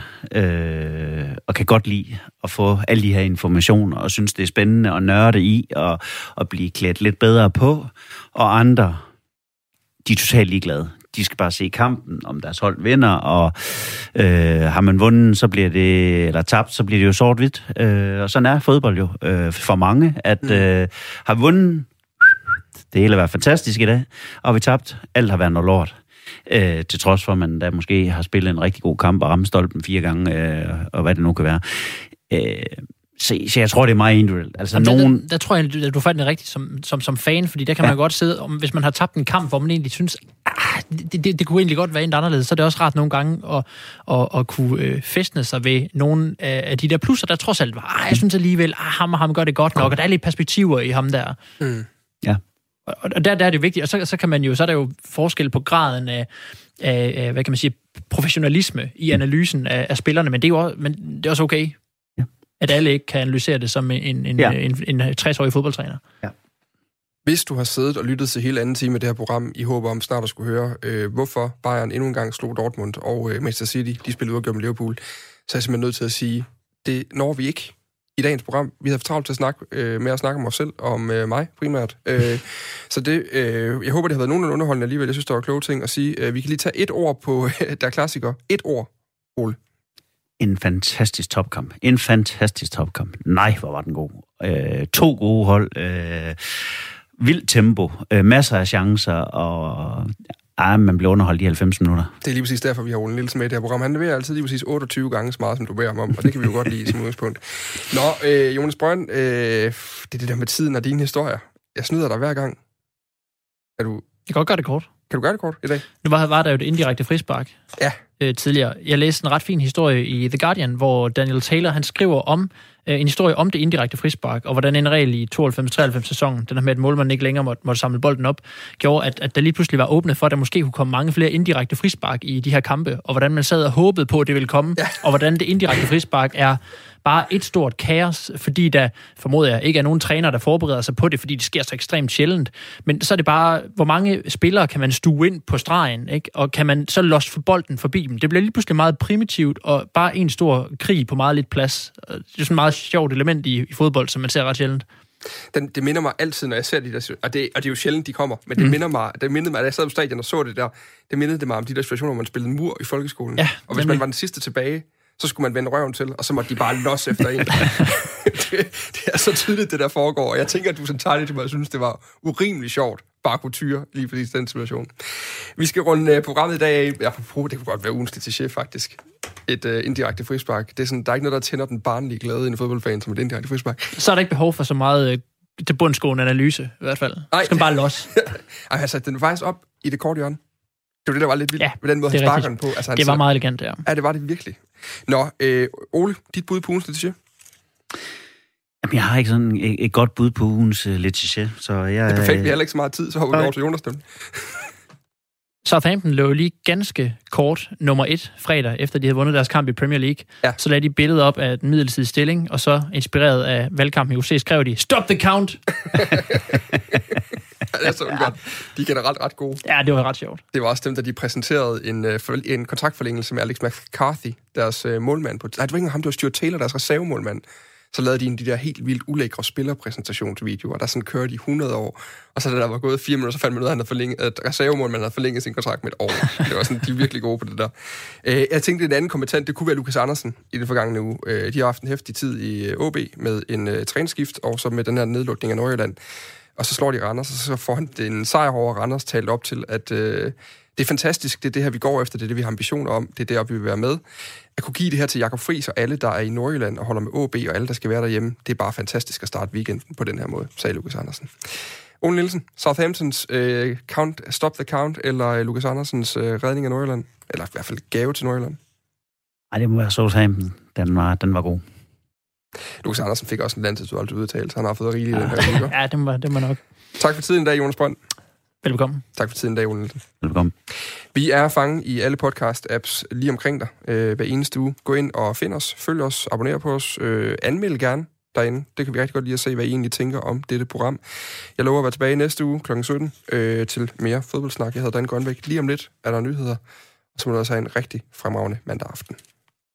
og kan godt lide at få alle de her informationer, og synes, det er spændende at nørde i, og blive klædt lidt bedre på, og andre, de er totalt ligeglade. De skal bare se kampen, om deres hold vinder, og har man vundet, så bliver det, eller tabt, så bliver det jo sort-hvidt. Og sådan er fodbold jo for mange, at har vi vundet, det hele har været fantastisk i dag, og vi tabt, alt har været noget lort. Til trods for, at man da måske har spillet en rigtig god kamp og ramt stolpen 4 gange, og hvad det nu kan være. Så jeg tror, det er meget individuelt. Altså, der tror jeg, at du fandt det rigtigt som fan, fordi der kan man godt sidde, hvis man har tabt en kamp, hvor man egentlig synes, det kunne egentlig godt være en anderledes, så er det også rart nogle gange at kunne fæstne sig ved nogle af de der plusser, der trods alt var, jeg synes alligevel, ham gør det godt nok, og der er lidt perspektiver i ham der. Ja. Og der er det vigtigt, og så kan man jo, så er der jo forskel på graden af hvad kan man sige, professionalisme i analysen af spillerne, men det er også okay. At alle ikke kan analysere det som en 60-årig fodboldtræner. Ja. Hvis du har siddet og lyttet til hele anden time af det her program, i håb om snart at skulle høre, hvorfor Bayern endnu en gang slog Dortmund og Manchester City, de spillede uafgjort med Liverpool, så er jeg simpelthen nødt til at sige, det når vi ikke i dagens program. Vi havde for travlt til at snakke med at snakke om os selv, om mig primært. Så det, jeg håber, det har været nogenlunde underholdende alligevel. Jeg synes, der var kloge ting at sige. Vi kan lige tage et ord på der er klassiker. Et ord, Ole. En fantastisk topkamp. Nej, hvor var den god. 2 gode hold. Vildt tempo. Masser af chancer. Og man bliver underholdt i 90 minutter. Det er lige præcis derfor, vi har Ole Nielsen med i det her program. Han leverer altid lige præcis 28 gange så meget, som du beder ham om. Og det kan vi jo godt lide som udgangspunkt. Nå, Jonas Brønd, det er det der med tiden og dine historier. Jeg snyder dig hver gang. Jeg kan godt gøre det kort. Kan du gøre det kort i dag? Nu var der jo det indirekte frispark tidligere. Jeg læste en ret fin historie i The Guardian, hvor Daniel Taylor, han skriver om en historie om det indirekte frispark, og hvordan en regel i 92-93 sæsonen, den her med, at målmanden ikke længere måtte samle bolden op, gjorde, at der lige pludselig var åbnet for, at der måske kunne komme mange flere indirekte frispark i de her kampe, og hvordan man sad og håbede på, at det ville komme, og hvordan det indirekte frispark er bare et stort kaos, fordi der, formoder jeg, ikke er nogen træner, der forbereder sig på det, fordi det sker så ekstremt sjældent. Men så er det bare, hvor mange spillere kan man stue ind på stregen, ikke? Og kan man så losse for bolden forbi dem? Det bliver lige pludselig meget primitivt, og bare en stor krig på meget lidt plads. Det er sådan et meget sjovt element i fodbold, som man ser ret sjældent. Det minder mig altid, når jeg ser de der, og det er jo sjældent, de kommer, men det mindede mig, at jeg sad på stadion og så det der, det mindede det mig om de der situationer, hvor man spillede mur i folkeskolen. Ja, og hvis man var den sidste tilbage, så skulle man vende røven til, og så måtte de bare losse efter en. det er så tydeligt, det der foregår, og jeg tænker, at du sådan tager det til mig, og synes, det var urimeligt sjovt, bare kunne tyre lige præcis den situation. Vi skal runde programmet i dag af. Det kunne godt være ugens til chef, faktisk. Et indirekte frispark. Det er sådan, der er ikke noget, der tænder den barnlige glæde i en fodboldfan som et indirekte frispark. Så er der ikke behov for så meget til bundsgående analyse, i hvert fald. Du skal bare losse. Ej, altså, den er faktisk op i det korte hjørne. Det var det, der var lidt vildt. Ja, med den måde, han sparker den på. Altså, det var meget elegant, ja. Ja, det var det virkelig. Nå, Ole, dit bud på ugens Letitia? Jamen, jeg har ikke sådan et godt bud på ugens Letitia, så jeg... Det er perfekt, vi har heller ikke så meget tid, så hopper vi over til Jonas dem. Southampton lå lige ganske kort nummer 1 fredag, efter de havde vundet deres kamp i Premier League. Ja. Så lagde de billedet op af den midlertidige stilling, og så inspireret af valgkampen i UC, skrev de, "Stop the count!" Det er sådan godt. De er generelt ret gode. Ja, det var ret sjovt. Det var også dem, da de præsenterede en kontraktforlængelse med Alex McCarthy, deres målmand på... Nej, det var ikke ham, det var Stuart Taylor, deres reservemålmand. Så lavede de de der helt vildt ulækre spillerpræsentationsvideoer, der sådan kørte i 100 år. Og så da der var gået 4 minutter, så fandt man ud af, at reservemålmanden havde forlænget sin kontrakt med et år. Det var sådan, de er virkelig gode på det der. Jeg tænkte, en anden kommentant, det kunne være Lukas Andersen i den forgangne uge. De har haft en heftig tid i OB med en trænerskift, og så med den her nedlukning af Nordjylland. Og så slår de Randers, og så får han en sejr over Randers talt op til, at Det er fantastisk, det er det her, vi går efter, det er det, vi har ambitioner om, det er der, vi vil være med. At kunne give det her til Jakob Friis og alle, der er i Nordjylland og holder med OB, og alle, der skal være derhjemme, det er bare fantastisk at starte weekenden på den her måde, sagde Lukas Andersen. Ole Nielsen, Southamptons Stop the Count, eller Lukas Andersens redning af Nordjylland, eller i hvert fald gave til Nordjylland? Ej, det må være Southampton. Den var god. Lukas Andersen fik også en landsholdsudvalgt udtale, så han har fået rigeligt i den her uge. Ja, det var nok. Tak for tiden i dag, Jonas Brønd. Velkommen. Tak for tiden i dag, Ole Nielsen. Velkommen. Vi er fanget i alle podcast-apps lige omkring dig hver eneste uge. Gå ind og find os, følg os, abonner på os, anmeld gerne derinde. Det kan vi rigtig godt lide at se, hvad I egentlig tænker om dette program. Jeg lover at være tilbage næste uge kl. 17 til mere fodboldsnak. Jeg hedder Dan Grønbæk. Lige om lidt er der nyheder, og så må du også have en rigtig fremragende mandag aften.